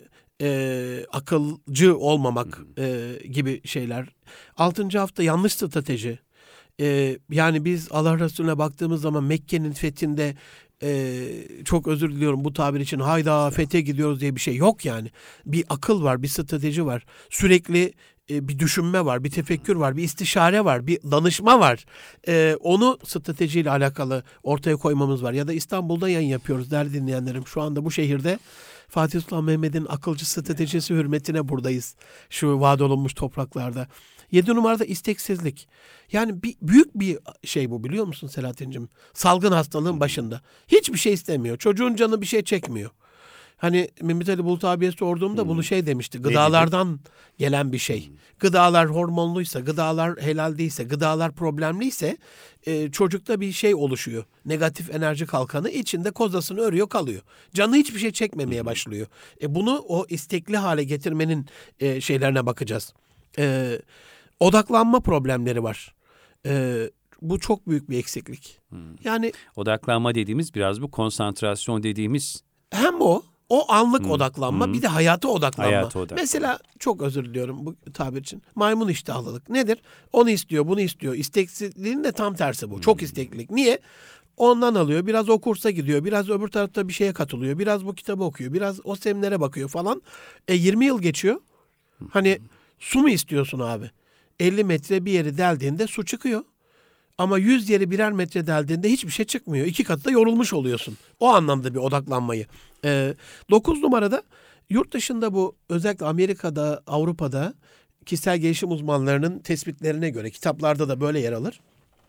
akılcı olmamak gibi şeyler. 6. hafta yanlış strateji. Yani biz Allah Resulüne baktığımız zaman Mekke'nin fethinde çok özür diliyorum bu tabir için hayda fethe gidiyoruz diye bir şey yok yani. Bir akıl var, bir strateji var. Sürekli bir düşünme var, bir tefekkür var, bir istişare var, bir danışma var. Onu stratejiyle alakalı ortaya koymamız var. Ya da İstanbul'da yayın yapıyoruz değerli dinleyenlerim. Şu anda bu şehirde Fatih Sultan Mehmet'in akılcı stratejisi hürmetine buradayız. Şu vaat olunmuş topraklarda. 7 numarada isteksizlik. Yani büyük bir şey bu biliyor musun Selahattin'cim? Salgın hastalığın başında. Hiçbir şey istemiyor. Çocuğun canı bir şey çekmiyor. Hani Mehmet Ali Bulut abiye sorduğumda bunu şey demişti. Gıdalardan gelen bir şey. Gıdalar hormonluysa, gıdalar helal değilse, gıdalar problemliyse çocukta bir şey oluşuyor. Negatif enerji kalkanı içinde kozasını örüyor kalıyor. Canı hiçbir şey çekmemeye başlıyor. Bunu o istekli hale getirmenin şeylerine bakacağız. Odaklanma problemleri var. Bu çok büyük bir eksiklik. Yani Odaklanma dediğimiz biraz bu konsantrasyon dediğimiz. hem o anlık odaklanma bir de hayata odaklanma. Hayata odaklanma. Mesela çok özür diliyorum bu tabir için. Maymun iştahlılık nedir? Onu istiyor, bunu istiyor. İsteksizliğin de tam tersi bu. Çok isteklilik. Niye? Ondan alıyor. Biraz o kursa gidiyor. Biraz öbür tarafta bir şeye katılıyor. Biraz bu kitabı okuyor. Biraz o seminere bakıyor falan. 20 yıl geçiyor. Hani su mu istiyorsun abi? 50 metre bir yeri deldiğinde su çıkıyor. Ama 100 yeri birer metre deldiğinde hiçbir şey çıkmıyor. 2 katı da yorulmuş oluyorsun. O anlamda bir odaklanmayı. 9 numarada yurt dışında bu özellikle Amerika'da, Avrupa'da kişisel gelişim uzmanlarının tespitlerine göre kitaplarda da böyle yer alır.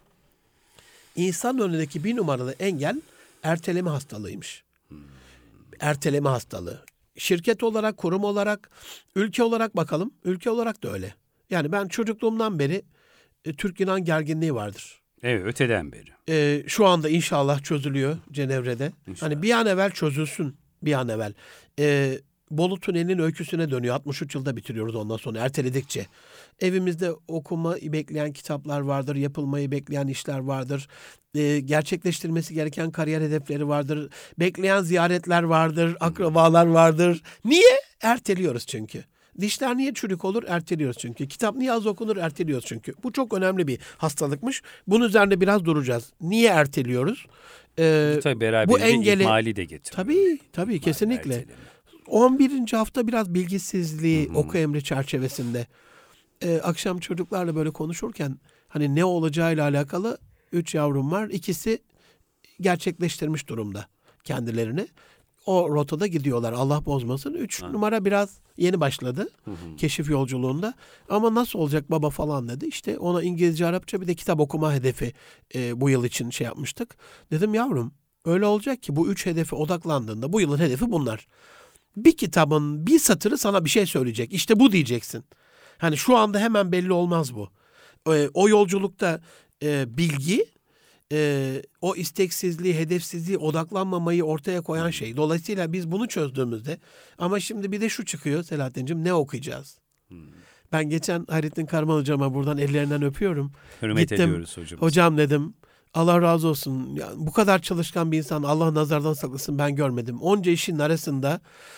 İnsan önündeki 1 numaralı engel erteleme hastalığıymış. Erteleme hastalığı. Şirket olarak, kurum olarak, ülke olarak bakalım. Ülke olarak da öyle. Yani ben çocukluğumdan beri Türk-Yunan gerginliği vardır. Evet, öteden beri. Şu anda inşallah çözülüyor Cenevre'de. İnşallah. Hani bir an evvel çözülsün. Bir an evvel. Bolu Tüneli'nin öyküsüne dönüyor. 63 yılda bitiriyoruz ondan sonra erteledikçe. Evimizde okumayı bekleyen kitaplar vardır. Yapılmayı bekleyen işler vardır. Gerçekleştirmesi gereken kariyer hedefleri vardır. Bekleyen ziyaretler vardır. Akrabalar vardır. Niye? Erteliyoruz çünkü. Dişler niye çürük olur? Erteliyoruz çünkü. Kitap niye az okunur? Erteliyoruz çünkü. Bu çok önemli bir hastalıkmış. Bunun üzerinde biraz duracağız. Niye erteliyoruz? Tabii beraberinde bu engeli ihmali de getiriyor. Tabii kesinlikle. Erteleme. 11. hafta biraz bilgisizliği oku emri çerçevesinde. Akşam çocuklarla böyle konuşurken hani ne olacağıyla alakalı 3 yavrum var. İkisi gerçekleştirmiş durumda kendilerini. O rotada gidiyorlar. Allah bozmasın. 3 numara biraz yeni başladı keşif yolculuğunda. Ama nasıl olacak baba falan dedi. İşte ona İngilizce, Arapça bir de kitap okuma hedefi bu yıl için şey yapmıştık. Dedim yavrum öyle olacak ki bu 3 hedefe odaklandığında bu yılın hedefi bunlar. Bir kitabın bir satırı sana bir şey söyleyecek. İşte bu diyeceksin. Hani şu anda hemen belli olmaz bu. O yolculukta bilgi, o isteksizliği, hedefsizliği, odaklanmamayı ortaya koyan şey. Dolayısıyla biz bunu çözdüğümüzde ama şimdi bir de şu çıkıyor Selahattin'cim ne okuyacağız? Ben geçen Hayrettin Karman hocama buradan ellerinden öpüyorum. Hürmet ediyoruz hocam. Hocam dedim Allah razı olsun. Yani bu kadar çalışkan bir insan Allah nazardan saklasın ben görmedim. Onca işin arasında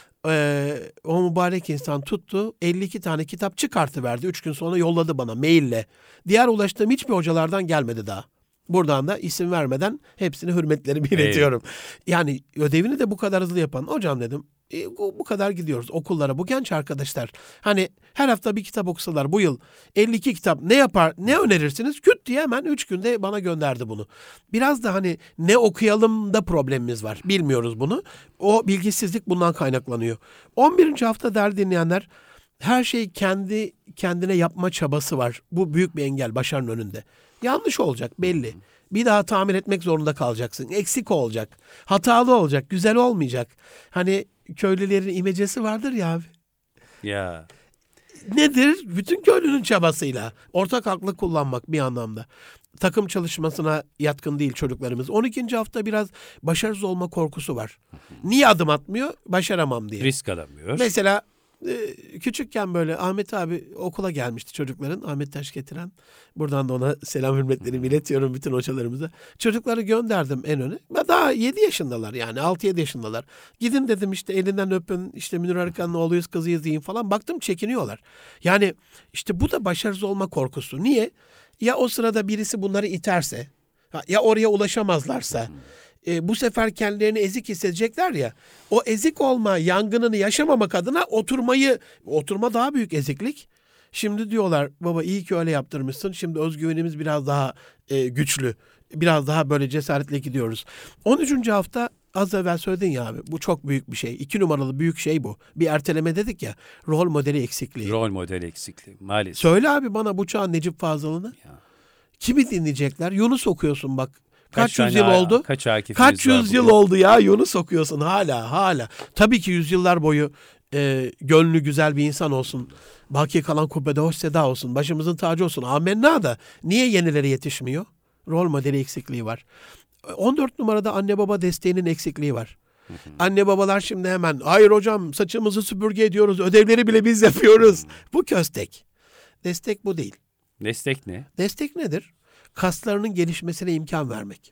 o mübarek insan tuttu 52 tane kitap çıkartıverdi. 3 gün sonra yolladı bana maille. Diğer ulaştığım hiçbir hocalardan gelmedi daha. Buradan da isim vermeden hepsine hürmetlerimi iletiyorum. Yani ödevini de bu kadar hızlı yapan hocam dedim. Bu kadar gidiyoruz okullara. Bu genç arkadaşlar hani her hafta bir kitap okusalar bu yıl 52 kitap ne yapar ne önerirsiniz? Küt diye hemen 3 günde bana gönderdi bunu. Biraz da hani ne okuyalım da problemimiz var. Bilmiyoruz bunu. O bilgisizlik bundan kaynaklanıyor. 11. hafta değerli dinleyenler her şey kendine yapma çabası var. Bu büyük bir engel başarının önünde. Yanlış olacak belli. Bir daha tamir etmek zorunda kalacaksın. Eksik olacak. Hatalı olacak. Güzel olmayacak. Hani köylülerin imecesi vardır ya abi. Ya. nedir? Bütün köylünün çabasıyla. Ortak aklı kullanmak bir anlamda. Takım çalışmasına yatkın değil çocuklarımız. 12. hafta biraz başarısız olma korkusu var. Niye adım atmıyor? Başaramam diye. Risk alamıyor. Mesela küçükken böyle Ahmet abi okula gelmişti çocukların. Ahmet Taş getiren. Buradan da ona selam hürmetlerimi iletiyorum bütün hocalarımıza. Çocukları gönderdim en öne. Daha 7 yaşındalar yani 6-7 yaşındalar. Gidin dedim işte elinden öpün işte Münir Arıkan'ın oğluyuz kızıyız deyin falan. Baktım çekiniyorlar. Yani işte bu da başarısız olma korkusu. Niye? Ya o sırada birisi bunları iterse ya oraya ulaşamazlarsa bu sefer kendilerini ezik hissedecekler ya. O ezik olma yangınını yaşamamak adına oturma daha büyük eziklik. Şimdi diyorlar baba iyi ki öyle yaptırmışsın. Şimdi özgüvenimiz biraz daha güçlü. Biraz daha böyle cesaretle gidiyoruz. 13. hafta az evvel söyledin ya abi bu çok büyük bir şey. 2 numaralı büyük şey bu. Bir erteleme dedik ya rol modeli eksikliği. Rol model eksikliği maalesef. Söyle abi bana bu çağın Necip Fazıl'ını. Ya. Kimi dinleyecekler? Yunus okuyorsun bak. Kaç tane yüzyıl oldu? Kaç Akif'imiz Kaç var yüzyıl bugün? oldu ya Yunus okuyorsun hala. Tabii ki yüzyıllar boyu gönlü güzel bir insan olsun. Baki kalan kubbede hoş seda olsun. Başımızın tacı olsun. Amenna da niye yenileri yetişmiyor? Rol modeli eksikliği var. 14 numarada anne baba desteğinin eksikliği var. Anne babalar şimdi hemen hayır hocam saçımızı süpürge ediyoruz. Ödevleri bile biz yapıyoruz. Bu köstek. Destek bu değil. Destek ne? Destek nedir? Kaslarının gelişmesine imkan vermek.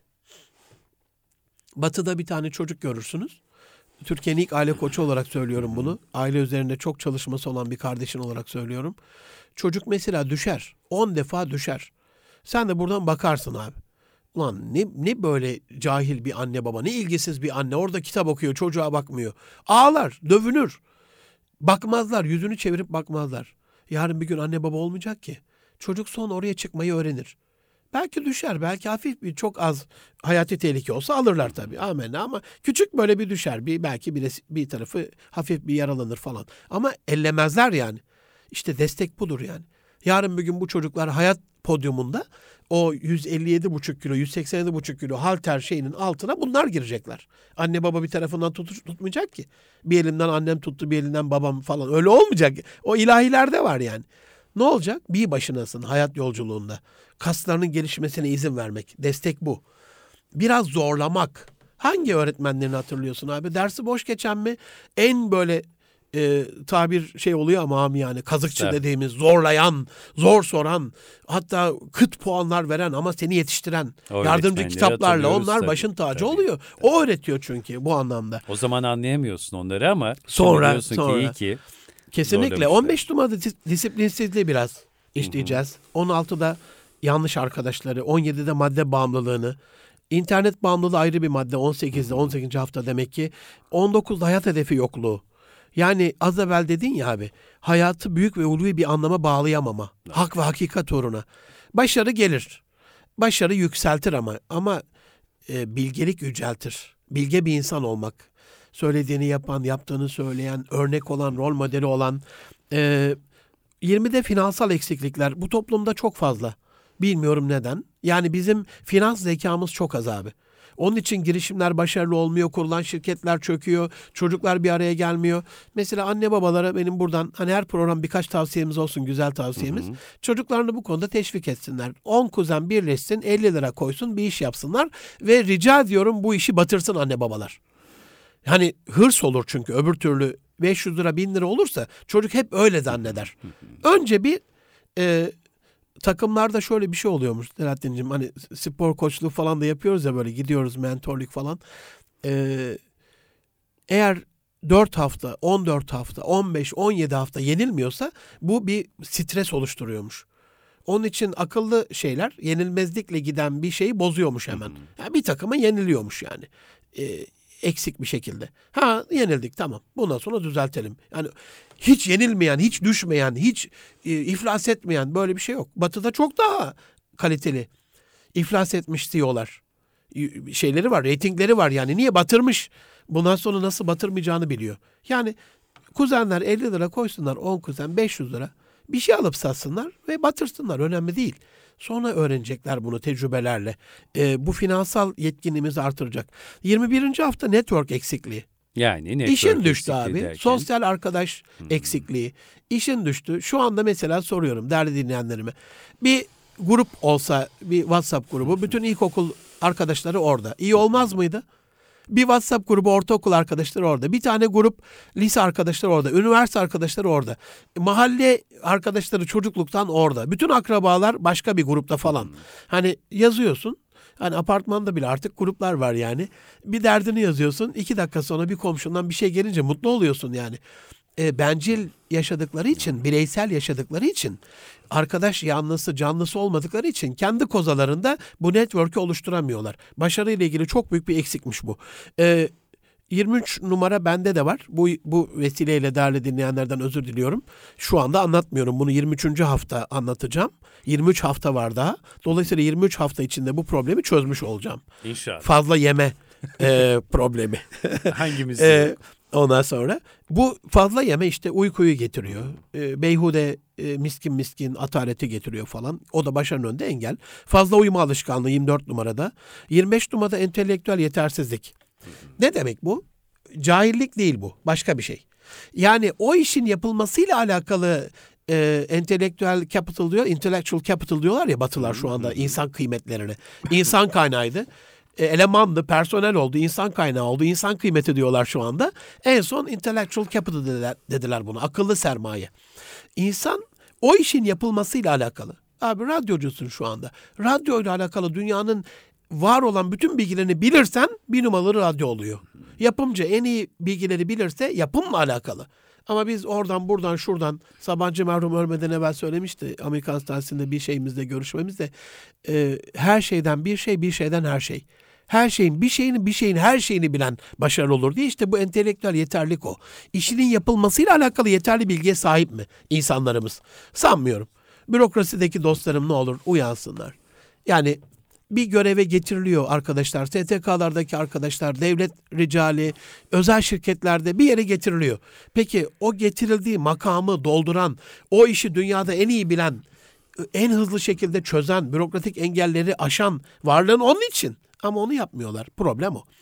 Batı'da bir tane çocuk görürsünüz. Türkiye'nin ilk aile koçu olarak söylüyorum bunu. Aile üzerinde çok çalışması olan bir kardeşin olarak söylüyorum. Çocuk mesela düşer. 10 defa düşer. Sen de buradan bakarsın abi. Ulan ne böyle cahil bir anne baba, ne ilgisiz bir anne. Orada kitap okuyor, çocuğa bakmıyor. Ağlar, dövünür. Bakmazlar, yüzünü çevirip bakmazlar. Yarın bir gün anne baba olmayacak ki. Çocuk sonra oraya çıkmayı öğrenir. Belki düşer, belki hafif bir çok az hayati tehlike olsa alırlar tabii. Amenna ama küçük böyle bir düşer. Belki bir tarafı hafif bir yaralanır falan. Ama ellemezler yani. İşte destek budur yani. Yarın bir gün bu çocuklar hayat podyumunda o 157,5 kilo, 187,5 kilo halter şeyinin altına bunlar girecekler. Anne baba bir tarafından tutmayacak ki. Bir elimden annem tuttu, bir elinden babam falan. Öyle olmayacak. O ilahilerde var yani. Ne olacak? Bir başınasın hayat yolculuğunda. Kaslarının gelişmesine izin vermek. Destek bu. Biraz zorlamak. Hangi öğretmenlerini hatırlıyorsun abi? Dersi boş geçen mi? En böyle tabir şey oluyor ama yani kazıkçı Evet. dediğimiz zorlayan, zor soran, hatta kıt puanlar veren ama seni yetiştiren O yardımcı öğretmenleri kitaplarla hatırlıyoruz onlar tabii. başın tacı Tabii. oluyor. O öğretiyor çünkü bu anlamda. O zaman anlayamıyorsun onları ama Sonra- şimdi diyorsun sonra. ki iyi ki Kesinlikle. zorlamışlar. 15 numarada disiplinsizliği biraz işleyeceğiz. 16'da yanlış arkadaşları, 17'de madde bağımlılığını, internet bağımlılığı ayrı bir madde 18'de 18. hafta demek ki. 19'da hayat hedefi yokluğu. Yani az evvel dedin ya abi, hayatı büyük ve ulvi bir anlama bağlayamama. Hak ve hakikat uğruna. Başarı gelir. Başarı yükseltir ama bilgelik yüceltir. Bilge bir insan olmak. Söylediğini yapan, yaptığını söyleyen, örnek olan, rol modeli olan. 20'de finansal eksiklikler. Bu toplumda çok fazla. Bilmiyorum neden. Yani bizim finans zekamız çok az abi. Onun için girişimler başarılı olmuyor, kurulan şirketler çöküyor, çocuklar bir araya gelmiyor. Mesela anne babalara benim buradan hani her program birkaç tavsiyemiz olsun, güzel tavsiyemiz. Çocuklarını bu konuda teşvik etsinler. 10 kuzen birleşsin, 50 lira koysun, bir iş yapsınlar ve rica ediyorum bu işi batırsın anne babalar. Hani hırs olur çünkü öbür türlü 500 lira 1000 lira olursa çocuk hep öyle zanneder. Önce bir takımlarda şöyle bir şey oluyormuş Selahattin'cim, hani spor koçluğu falan da yapıyoruz ya, böyle gidiyoruz mentorluk falan. Eğer 4 hafta, 14 hafta, 15, 17 hafta yenilmiyorsa bu bir stres oluşturuyormuş. Onun için akıllı şeyler yenilmezlikle giden bir şeyi bozuyormuş hemen. Yani bir takıma yeniliyormuş yani. Eksik bir şekilde. Yenildik, tamam. Bundan sonra düzeltelim. Yani hiç yenilmeyen, hiç düşmeyen, hiç iflas etmeyen böyle bir şey yok. Batı'da çok daha kaliteli. İflas etmiş CEO'lar. Şeyleri var, reytingleri var yani. Niye batırmış? Bundan sonra nasıl batırmayacağını biliyor. Yani kuzenler 50 lira koysunlar, 10 kuzen 500 lira. Bir şey alıp satsınlar ve batırsınlar. Önemli değil. Sonra öğrenecekler bunu tecrübelerle. Bu finansal yetkinliğimizi artıracak. 21. hafta network eksikliği. Yani network İşin düştü eksikliği abi. derken. Sosyal arkadaş eksikliği. İşin düştü. Şu anda mesela soruyorum değerli dinleyenlerime. Bir grup olsa, bir WhatsApp grubu, bütün ilkokul arkadaşları orada. İyi olmaz mıydı? Bir WhatsApp grubu ortaokul arkadaşları orada. Bir tane grup lise arkadaşları orada. Üniversite arkadaşları orada. Mahalle arkadaşları çocukluktan orada. Bütün akrabalar başka bir grupta falan. Hani yazıyorsun. Hani apartmanda bile artık gruplar var yani. Bir derdini yazıyorsun. 2 dakika sonra bir komşundan bir şey gelince mutlu oluyorsun yani. Bencil yaşadıkları için, bireysel yaşadıkları için, arkadaş yanlısı, canlısı olmadıkları için kendi kozalarında bu network'ü oluşturamıyorlar. Başarıyla ilgili çok büyük bir eksikmiş bu. 23 numara bende de var. Bu vesileyle değerli dinleyenlerden özür diliyorum. Şu anda anlatmıyorum. Bunu 23. hafta anlatacağım. 23 hafta var daha. Dolayısıyla 23 hafta içinde bu problemi çözmüş olacağım. İnşallah. Fazla yeme problemi. Hangimiz? Ondan sonra bu fazla yeme işte uykuyu getiriyor. Beyhude miskin ataleti getiriyor falan. O da başarının önünde engel. Fazla uyuma alışkanlığı 24 numarada. 25 numarada entelektüel yetersizlik. Ne demek bu? Cahillik değil bu. Başka bir şey. Yani o işin yapılmasıyla alakalı intellectual capital diyorlar ya Batılar şu anda insan kıymetlerine. İnsan kaynağıydı. Elemandı, personel oldu, insan kaynağı oldu, insan kıymeti diyorlar şu anda. En son intellectual capital dediler bunu. Akıllı sermaye. İnsan o işin yapılmasıyla alakalı. Abi radyocusun şu anda. Radyoyla alakalı dünyanın var olan bütün bilgilerini bilirsen bir numaralı radyo oluyor. Yapımcı en iyi bilgileri bilirse yapımla alakalı. Ama biz oradan buradan şuradan Sabancı merhum ölmeden evvel söylemişti. Amerikan Stasyon'da bir şeyimizde görüşmemizde her şeyden bir şey, bir şeyden her şey. Her şeyin bir şeyin her şeyini bilen başarılı olur diye işte bu entelektüel yeterlik o. İşinin yapılmasıyla alakalı yeterli bilgiye sahip mi insanlarımız? Sanmıyorum. Bürokrasideki dostlarım ne olur uyansınlar. Yani bir göreve getiriliyor arkadaşlar. STK'lardaki arkadaşlar, devlet ricali, özel şirketlerde bir yere getiriliyor. Peki o getirildiği makamı dolduran, o işi dünyada en iyi bilen, en hızlı şekilde çözen, bürokratik engelleri aşan varlığın onun için. Ama onu yapmıyorlar. Problem o.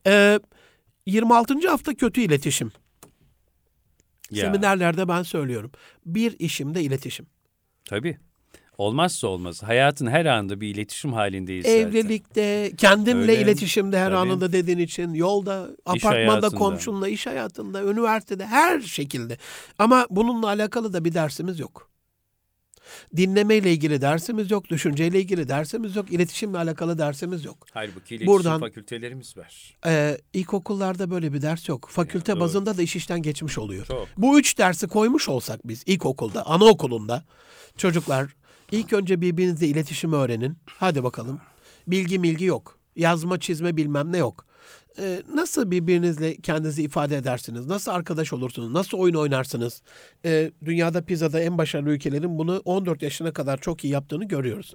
26. hafta kötü iletişim. Seminerlerde ben söylüyorum. Bir işimde iletişim. Tabii. Olmazsa olmaz. Hayatın her anında bir iletişim halindeyiz zaten. Evlilikte, kendinle Öyle, iletişimde her tabii. anında dediğin için, yolda, İş apartmanda, hayatında. komşunla, iş hayatında, üniversitede her şekilde. Ama bununla alakalı da bir dersimiz yok. Dinlemeyle ilgili dersimiz yok, düşünceyle ilgili dersimiz yok, iletişimle alakalı dersimiz yok. Halbuki iletişim Buradan- fakültelerimiz var. İlkokullarda böyle bir ders yok. Fakülte doğru. bazında da iş işten geçmiş oluyor. Çok. Bu 3 dersi koymuş olsak biz ilkokulda, anaokulunda çocuklar ilk önce birbirinizle iletişimi öğrenin. Hadi bakalım. Bilgi yok. Yazma, çizme bilmem ne yok. Nasıl birbirinizle kendinizi ifade edersiniz? Nasıl arkadaş olursunuz? Nasıl oyun oynarsınız? Dünyada pizzada en başarılı ülkelerin bunu 14 yaşına kadar çok iyi yaptığını görüyoruz.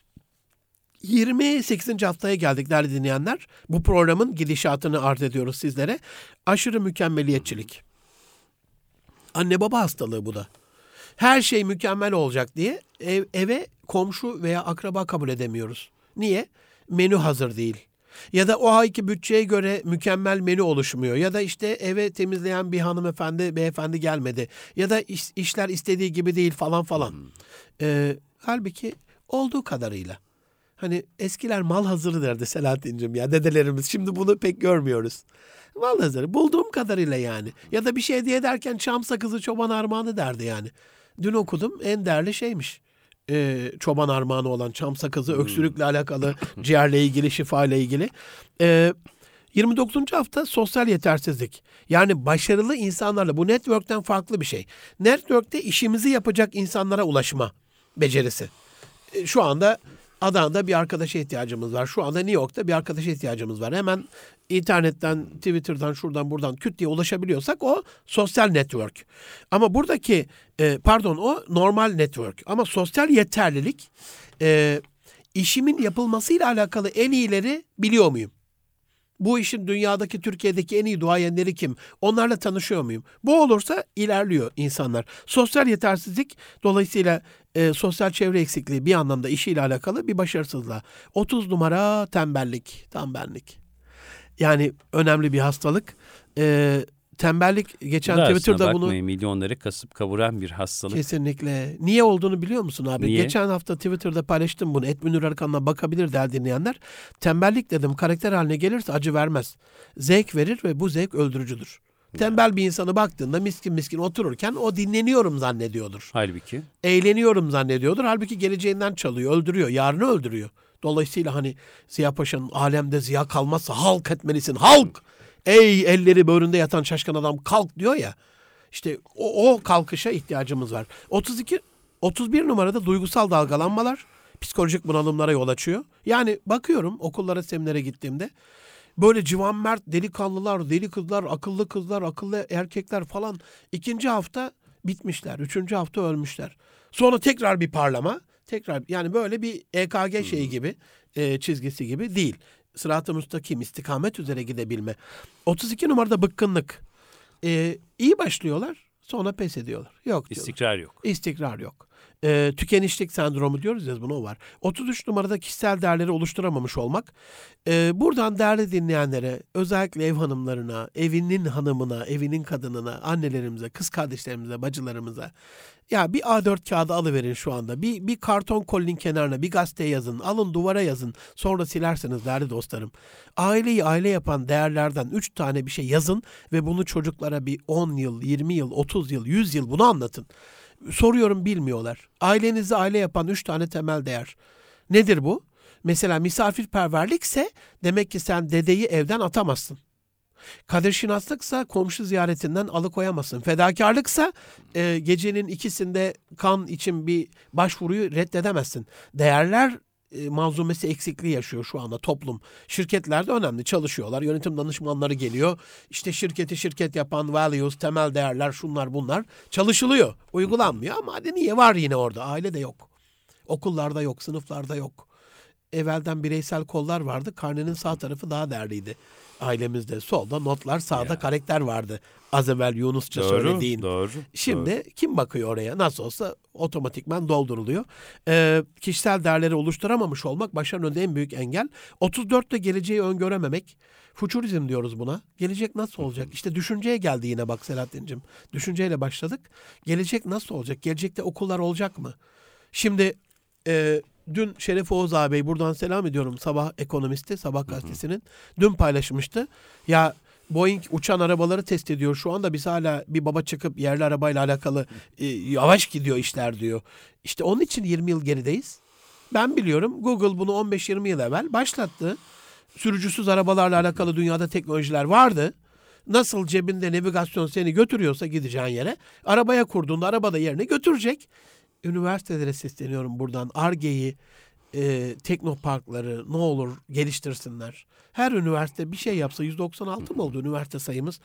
28. haftaya geldik değerli dinleyenler. Bu programın gidişatını arz ediyoruz sizlere. Aşırı mükemmeliyetçilik. Anne baba hastalığı bu da. Her şey mükemmel olacak diye eve komşu veya akraba kabul edemiyoruz. Niye? Menü hazır değil. Ya da o ayki bütçeye göre mükemmel menü oluşmuyor. Ya da işte eve temizleyen bir hanımefendi, beyefendi gelmedi. Ya da işler istediği gibi değil falan falan. Halbuki olduğu kadarıyla. Hani eskiler mal hazırı derdi Selahattin'cim ya dedelerimiz. Şimdi bunu pek görmüyoruz. Mal hazırı bulduğum kadarıyla yani. Ya da bir şey hediye ederken çam sakızı çoban armağanı derdi yani. Dün okudum en değerli şeymiş. Çoban armağanı olan çam sakızı öksürükle alakalı, ciğerle ilgili, şifa ile ilgili. 29. hafta sosyal yetersizlik. Yani başarılı insanlarla bu network'ten farklı bir şey. Network'te işimizi yapacak insanlara ulaşma becerisi. Şu anda Adana'da bir arkadaşa ihtiyacımız var. Şu anda New York'ta bir arkadaşa ihtiyacımız var. Hemen internetten, Twitter'dan, şuradan buradan küt diye ulaşabiliyorsak o sosyal network. Ama buradaki, o normal network. Ama sosyal yeterlilik, işimin yapılmasıyla alakalı en iyileri biliyor muyum? Bu işin dünyadaki, Türkiye'deki en iyi duayenleri kim? Onlarla tanışıyor muyum? Bu olursa ilerliyor insanlar. Sosyal yetersizlik dolayısıyla sosyal çevre eksikliği bir anlamda işiyle alakalı bir başarısızlığa. 30 numara tembellik, tam benlik. Yani önemli bir hastalık. Tembellik geçen Bu da Twitter'da aslına bunu bakmayın, milyonları kasıp kavuran bir hastalık. kesinlikle. Niye olduğunu biliyor musun abi? Niye? Geçen hafta Twitter'da paylaştım bunu. Münir Arıkan'la bakabilir değerli dinleyenler. Tembellik dedim karakter haline gelirse acı vermez. Zevk verir ve bu zevk öldürücüdür. Tembel bir insanı baktığında miskin miskin otururken o dinleniyorum zannediyordur. Halbuki Eğleniyorum zannediyordur. Halbuki geleceğinden çalıyor, öldürüyor. Yarını öldürüyor. Dolayısıyla hani Ziya Paşa'nın alemde ziya kalmazsa halk etmelisin. Halk! Ey elleri böğründe yatan şaşkın adam kalk diyor ya. İşte o kalkışa ihtiyacımız var. 31 numarada duygusal dalgalanmalar psikolojik bunalımlara yol açıyor. Yani bakıyorum okullara, seminere gittiğimde böyle civan mert delikanlılar, deli kızlar, akıllı erkekler falan 2. hafta bitmişler. 3. hafta ölmüşler. Sonra tekrar bir parlama. Tekrar yani böyle bir EKG şeyi gibi, çizgisi gibi değil. Sırat-ı müstakim, istikamet üzere gidebilme. 32 numarada bıkkınlık. İyi başlıyorlar, sonra pes ediyorlar. Yok diyorlar. istikrar yok. İstikrar yok. Tükenişlik sendromu diyoruz ya, bunu var. 33 numarada kişisel değerleri oluşturamamış olmak. Buradan değerli dinleyenlere, özellikle ev hanımlarına, evinin hanımına, evinin kadınına, annelerimize, kız kardeşlerimize, bacılarımıza ya bir A4 kağıdı alıverin şu anda. Bir karton kolinin kenarına bir gazete yazın. Alın duvara yazın. Sonra silersiniz değerli dostlarım. Aileyi aile yapan değerlerden 3 tane bir şey yazın ve bunu çocuklara bir 10 yıl, 20 yıl, 30 yıl, 100 yıl bunu anlatın. Soruyorum, bilmiyorlar. Ailenizi aile yapan 3 tane temel değer. Nedir bu? Mesela misafirperverlikse demek ki sen dedeyi evden atamazsın. Kaderşinaslıksa komşu ziyaretinden alıkoyamazsın. Fedakarlıksa gecenin 2'sinde kan için bir başvuruyu reddedemezsin. Değerler manzumesi eksikliği yaşıyor şu anda toplum. Şirketlerde önemli çalışıyorlar. Yönetim danışmanları geliyor. İşte şirketi şirket yapan values, temel değerler, şunlar bunlar çalışılıyor. Uygulanmıyor ama hadi niye var yine orada? Aile de yok. Okullarda yok, sınıflarda yok. Evvelden bireysel kollar vardı. Karnenin sağ tarafı daha değerliydi. Ailemizde solda notlar, sağda karakter vardı. Az evvel Yunusça söylediğin. Doğru. Şimdi kim bakıyor oraya? Nasıl olsa otomatikman dolduruluyor. Kişisel değerleri oluşturamamış olmak başarının önünde en büyük engel. 34'te geleceği öngörememek. Futurizm diyoruz buna. Gelecek nasıl olacak? İşte düşünceye geldi yine bak Selahattin'cim. Düşünceyle başladık. Gelecek nasıl olacak? Gelecekte okullar olacak mı? Şimdi dün Şeref Oğuz ağabey, buradan selam ediyorum, Sabah ekonomisti, Sabah gazetesinin, dün paylaşmıştı. Ya Boeing uçan arabaları test ediyor şu anda, biz hala bir baba çıkıp yerli arabayla alakalı yavaş gidiyor işler diyor. İşte onun için 20 yıl gerideyiz. Ben biliyorum, Google bunu 15-20 yıl evvel başlattı. Sürücüsüz arabalarla alakalı dünyada teknolojiler vardı. Nasıl cebinde navigasyon seni götürüyorsa gideceğin yere, arabaya kurduğunda araba da yerine götürecek. Üniversitelere sesleniyorum buradan. Ar-Ge'yi, teknoparkları ne olur geliştirsinler. Her üniversite bir şey yapsa, 196 mı oldu üniversite sayımız?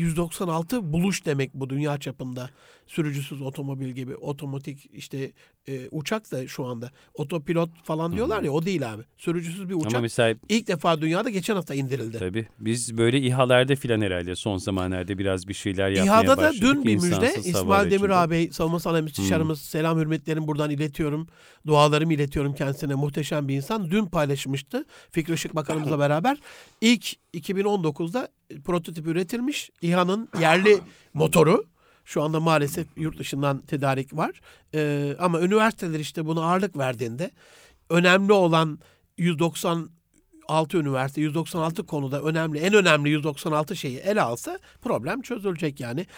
196 buluş demek bu dünya çapında. Sürücüsüz otomobil gibi, otomatik işte uçak da şu anda. Otopilot falan diyorlar ya, o değil abi. Sürücüsüz bir uçak. Ama mesela ilk defa dünyada geçen hafta indirildi. tabii biz böyle İHA'larda filan herhalde son zamanlarda biraz bir şeyler yapmaya İHA'da başladık. da dün bir müjde. İnsansız hava İsmail Demir aracında. ağabey, savunma sanayi müsteşarımız, selam hürmetlerimi buradan iletiyorum. Dualarımı iletiyorum kendisine, muhteşem bir insan. Dün paylaşmıştı Fikri Işık Bakanımızla beraber. İlk 2019'da prototip üretilmiş İHA'nın yerli motoru. Şu anda maalesef yurt dışından tedarik var. Ama üniversiteler işte buna ağırlık verdiğinde, önemli olan 196 üniversite, 196 konuda önemli, en önemli 196 şeyi ele alsa problem çözülecek yani.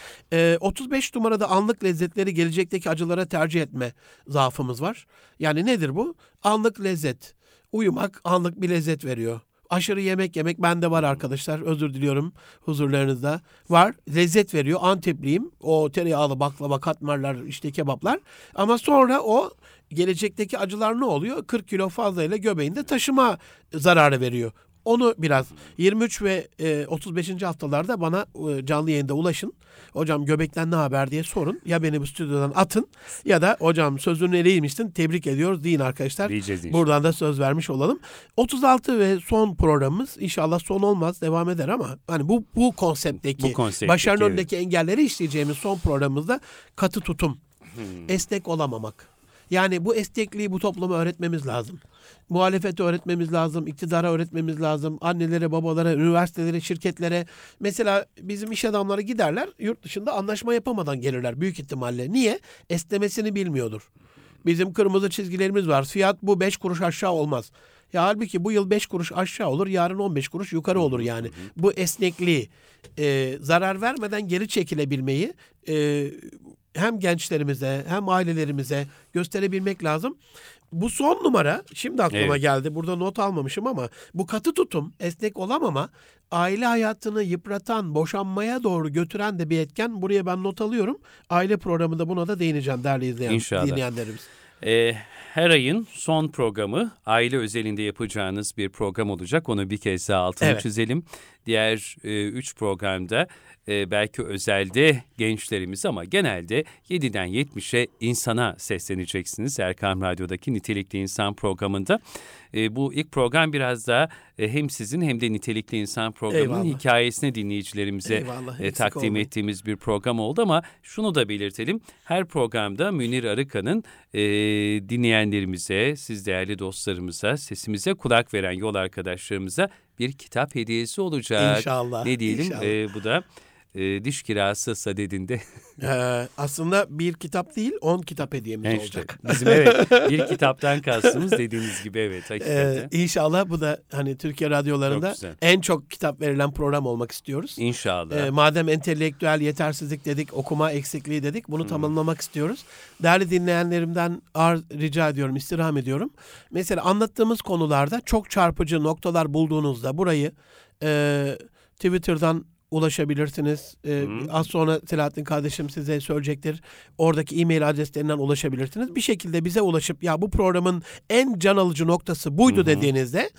35 numarada anlık lezzetleri gelecekteki acılara tercih etme zaafımız var. Yani nedir bu? Anlık lezzet. Uyumak anlık bir lezzet veriyor. Aşırı yemek yemek bende var arkadaşlar. Özür diliyorum, huzurlarınızda var. Lezzet veriyor. Antepliyim. O tereyağlı baklava, katmerler, işte kebaplar. Ama sonra o gelecekteki acılar ne oluyor? 40 kilo fazlayla göbeğinde taşıma zararı veriyor. Onu biraz 23 ve 35. haftalarda bana canlı yayında ulaşın. Hocam göbekten ne haber diye sorun. Ya beni bu stüdyodan atın ya da hocam sözünü eleymiştin, tebrik ediyoruz deyin arkadaşlar. Diyeceğiz inşallah. Buradan da söz vermiş olalım. 36 ve son programımız, inşallah son olmaz, devam eder ama hani bu konseptteki başarının önündeki engelleri işleyeceğimiz son programımızda katı tutum, esnek olamamak. Yani bu esnekliği bu topluma öğretmemiz lazım. Muhalefete öğretmemiz lazım, iktidara öğretmemiz lazım, annelere, babalara, üniversitelere, şirketlere. Mesela bizim iş adamları giderler, yurt dışında anlaşma yapamadan gelirler büyük ihtimalle. Niye? Esnemesini bilmiyordur. Bizim kırmızı çizgilerimiz var. Fiyat bu 5 kuruş aşağı olmaz. Ya halbuki bu yıl 5 kuruş aşağı olur, yarın 15 kuruş yukarı olur yani. Bu esnekliği, zarar vermeden geri çekilebilmeyi hem gençlerimize hem ailelerimize gösterebilmek lazım. Bu son numara, şimdi aklıma geldi. Burada not almamışım ama bu katı tutum, esnek olamama, aile hayatını yıpratan, boşanmaya doğru götüren de bir etken. Buraya ben not alıyorum. Aile programında buna da değineceğim değerli dinleyenlerimiz. Her ayın son programı aile özelinde yapacağınız bir program olacak. Onu bir kez daha altını çizelim. Diğer 3 programda belki özelde gençlerimiz ama genelde 7'den 70'e insana sesleneceksiniz. Erkam Radyo'daki Nitelikli İnsan programında. Bu ilk program biraz daha hem sizin hem de Nitelikli İnsan programının hikayesini dinleyicilerimize takdim ettiğimiz bir program oldu. Ama şunu da belirtelim. Her programda Münir Arıkan'ın dinleyenlerimize, siz değerli dostlarımıza, sesimize kulak veren yol arkadaşlarımıza bir kitap hediyesi olacak. İnşallah. Ne diyelim? İnşallah. Bu da diş kirası sadedinde. Aslında bir kitap değil 10 kitap hediyemiz olacak. Bizim bir kitaptan kastımız dediğiniz gibi hakikaten. İnşallah bu da hani Türkiye radyolarında en çok kitap verilen program olmak istiyoruz. İnşallah. Madem entelektüel yetersizlik dedik, okuma eksikliği dedik, bunu tamamlamak istiyoruz. Değerli dinleyenlerimden rica ediyorum, istirham ediyorum. Mesela anlattığımız konularda çok çarpıcı noktalar bulduğunuzda burayı Twitter'dan ulaşabilirsiniz. Az sonra Selahattin kardeşim size söyleyecektir. Oradaki e-mail adreslerinden ulaşabilirsiniz. Bir şekilde bize ulaşıp ya bu programın en can alıcı noktası buydu dediğinizde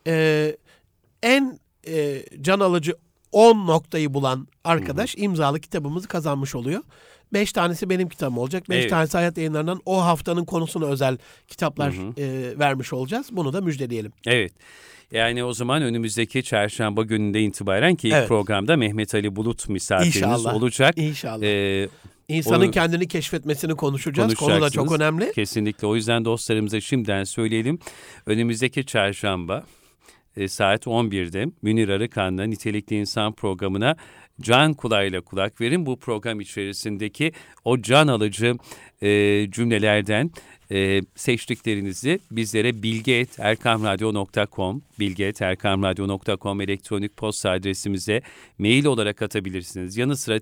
en can alıcı 10 noktayı bulan arkadaş imzalı kitabımızı kazanmış oluyor. 5 tanesi benim kitabım olacak. 5 tanesi Hayat Yayınları'ndan o haftanın konusuna özel kitaplar vermiş olacağız. Bunu da müjdeleyelim. Evet. Yani o zaman önümüzdeki çarşamba gününde itibaren ki ilk programda Mehmet Ali Bulut misafirimiz olacak. İnşallah. İnsanın kendini keşfetmesini konuşacağız. Konu da çok önemli. Kesinlikle. O yüzden dostlarımıza şimdiden söyleyelim. Önümüzdeki çarşamba saat 11'de Münir Arıkan'la Nitelikli İnsan programına can kulağıyla kulak verin. Bu program içerisindeki o can alıcı cümlelerden seçtiklerinizi bizlere bilgi@erkamradyo.com bilgi@erkamradyo.com elektronik posta adresimize mail olarak atabilirsiniz. Yanı sıra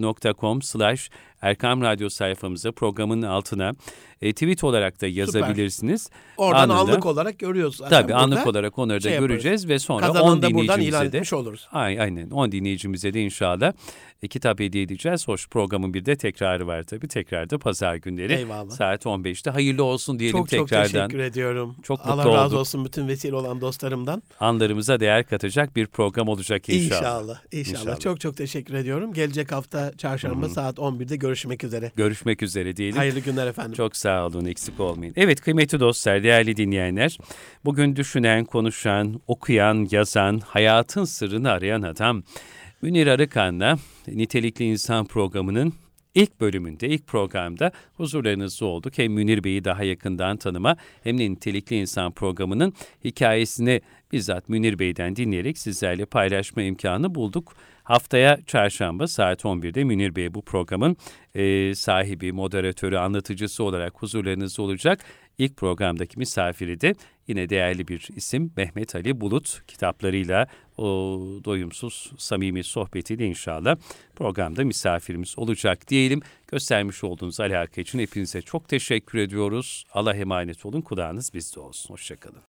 twitter.com/erkamradyo sayfamıza programın altına tweet olarak da yazabilirsiniz. Süper. Oradan anlık olarak görüyoruz zaten. Tabii anlık olarak onları da göreceğiz ve sonra 10 dinleyicimize de oluruz. Aynen 10 dinleyicimize de inşallah kitap hediye edeceğiz. Hoş, programın bir de tekrarı var tabii. Tekrar da pazar günleri saat 15'te. Hayırlı olsun diyelim tekrardan. Çok teşekkür ediyorum. Çok mutlu Allah olduk. razı olsun bütün vesile olan dostlarımdan. Anlarımıza değer katacak bir program olacak inşallah. İnşallah. Çok teşekkür ediyorum. Gelecek hafta çarşamba saat 11'de görüşmek üzere. Görüşmek üzere diyelim. Hayırlı günler efendim. Çok sağ olun, eksik olmayın. Evet kıymetli dostlar, değerli dinleyenler. Bugün düşünen, konuşan, okuyan, yazan, hayatın sırrını arayan adam Münir Arıkan'la Nitelikli İnsan programının İlk bölümünde, ilk programda huzurlarınızda olduk. Hem Münir Bey'i daha yakından tanıma hem de Nitelikli İnsan programının hikayesini bizzat Münir Bey'den dinleyerek sizlerle paylaşma imkanı bulduk. Haftaya çarşamba saat 11'de Münir Bey bu programın sahibi, moderatörü, anlatıcısı olarak huzurlarınızda olacak. İlk programdaki misafiri de yine değerli bir isim Mehmet Ali Bulut, kitaplarıyla o doyumsuz samimi sohbetiyle inşallah programda misafirimiz olacak diyelim. Göstermiş olduğunuz alaka için hepinize çok teşekkür ediyoruz. Allah'a emanet olun, kulağınız bizde olsun. Hoşçakalın.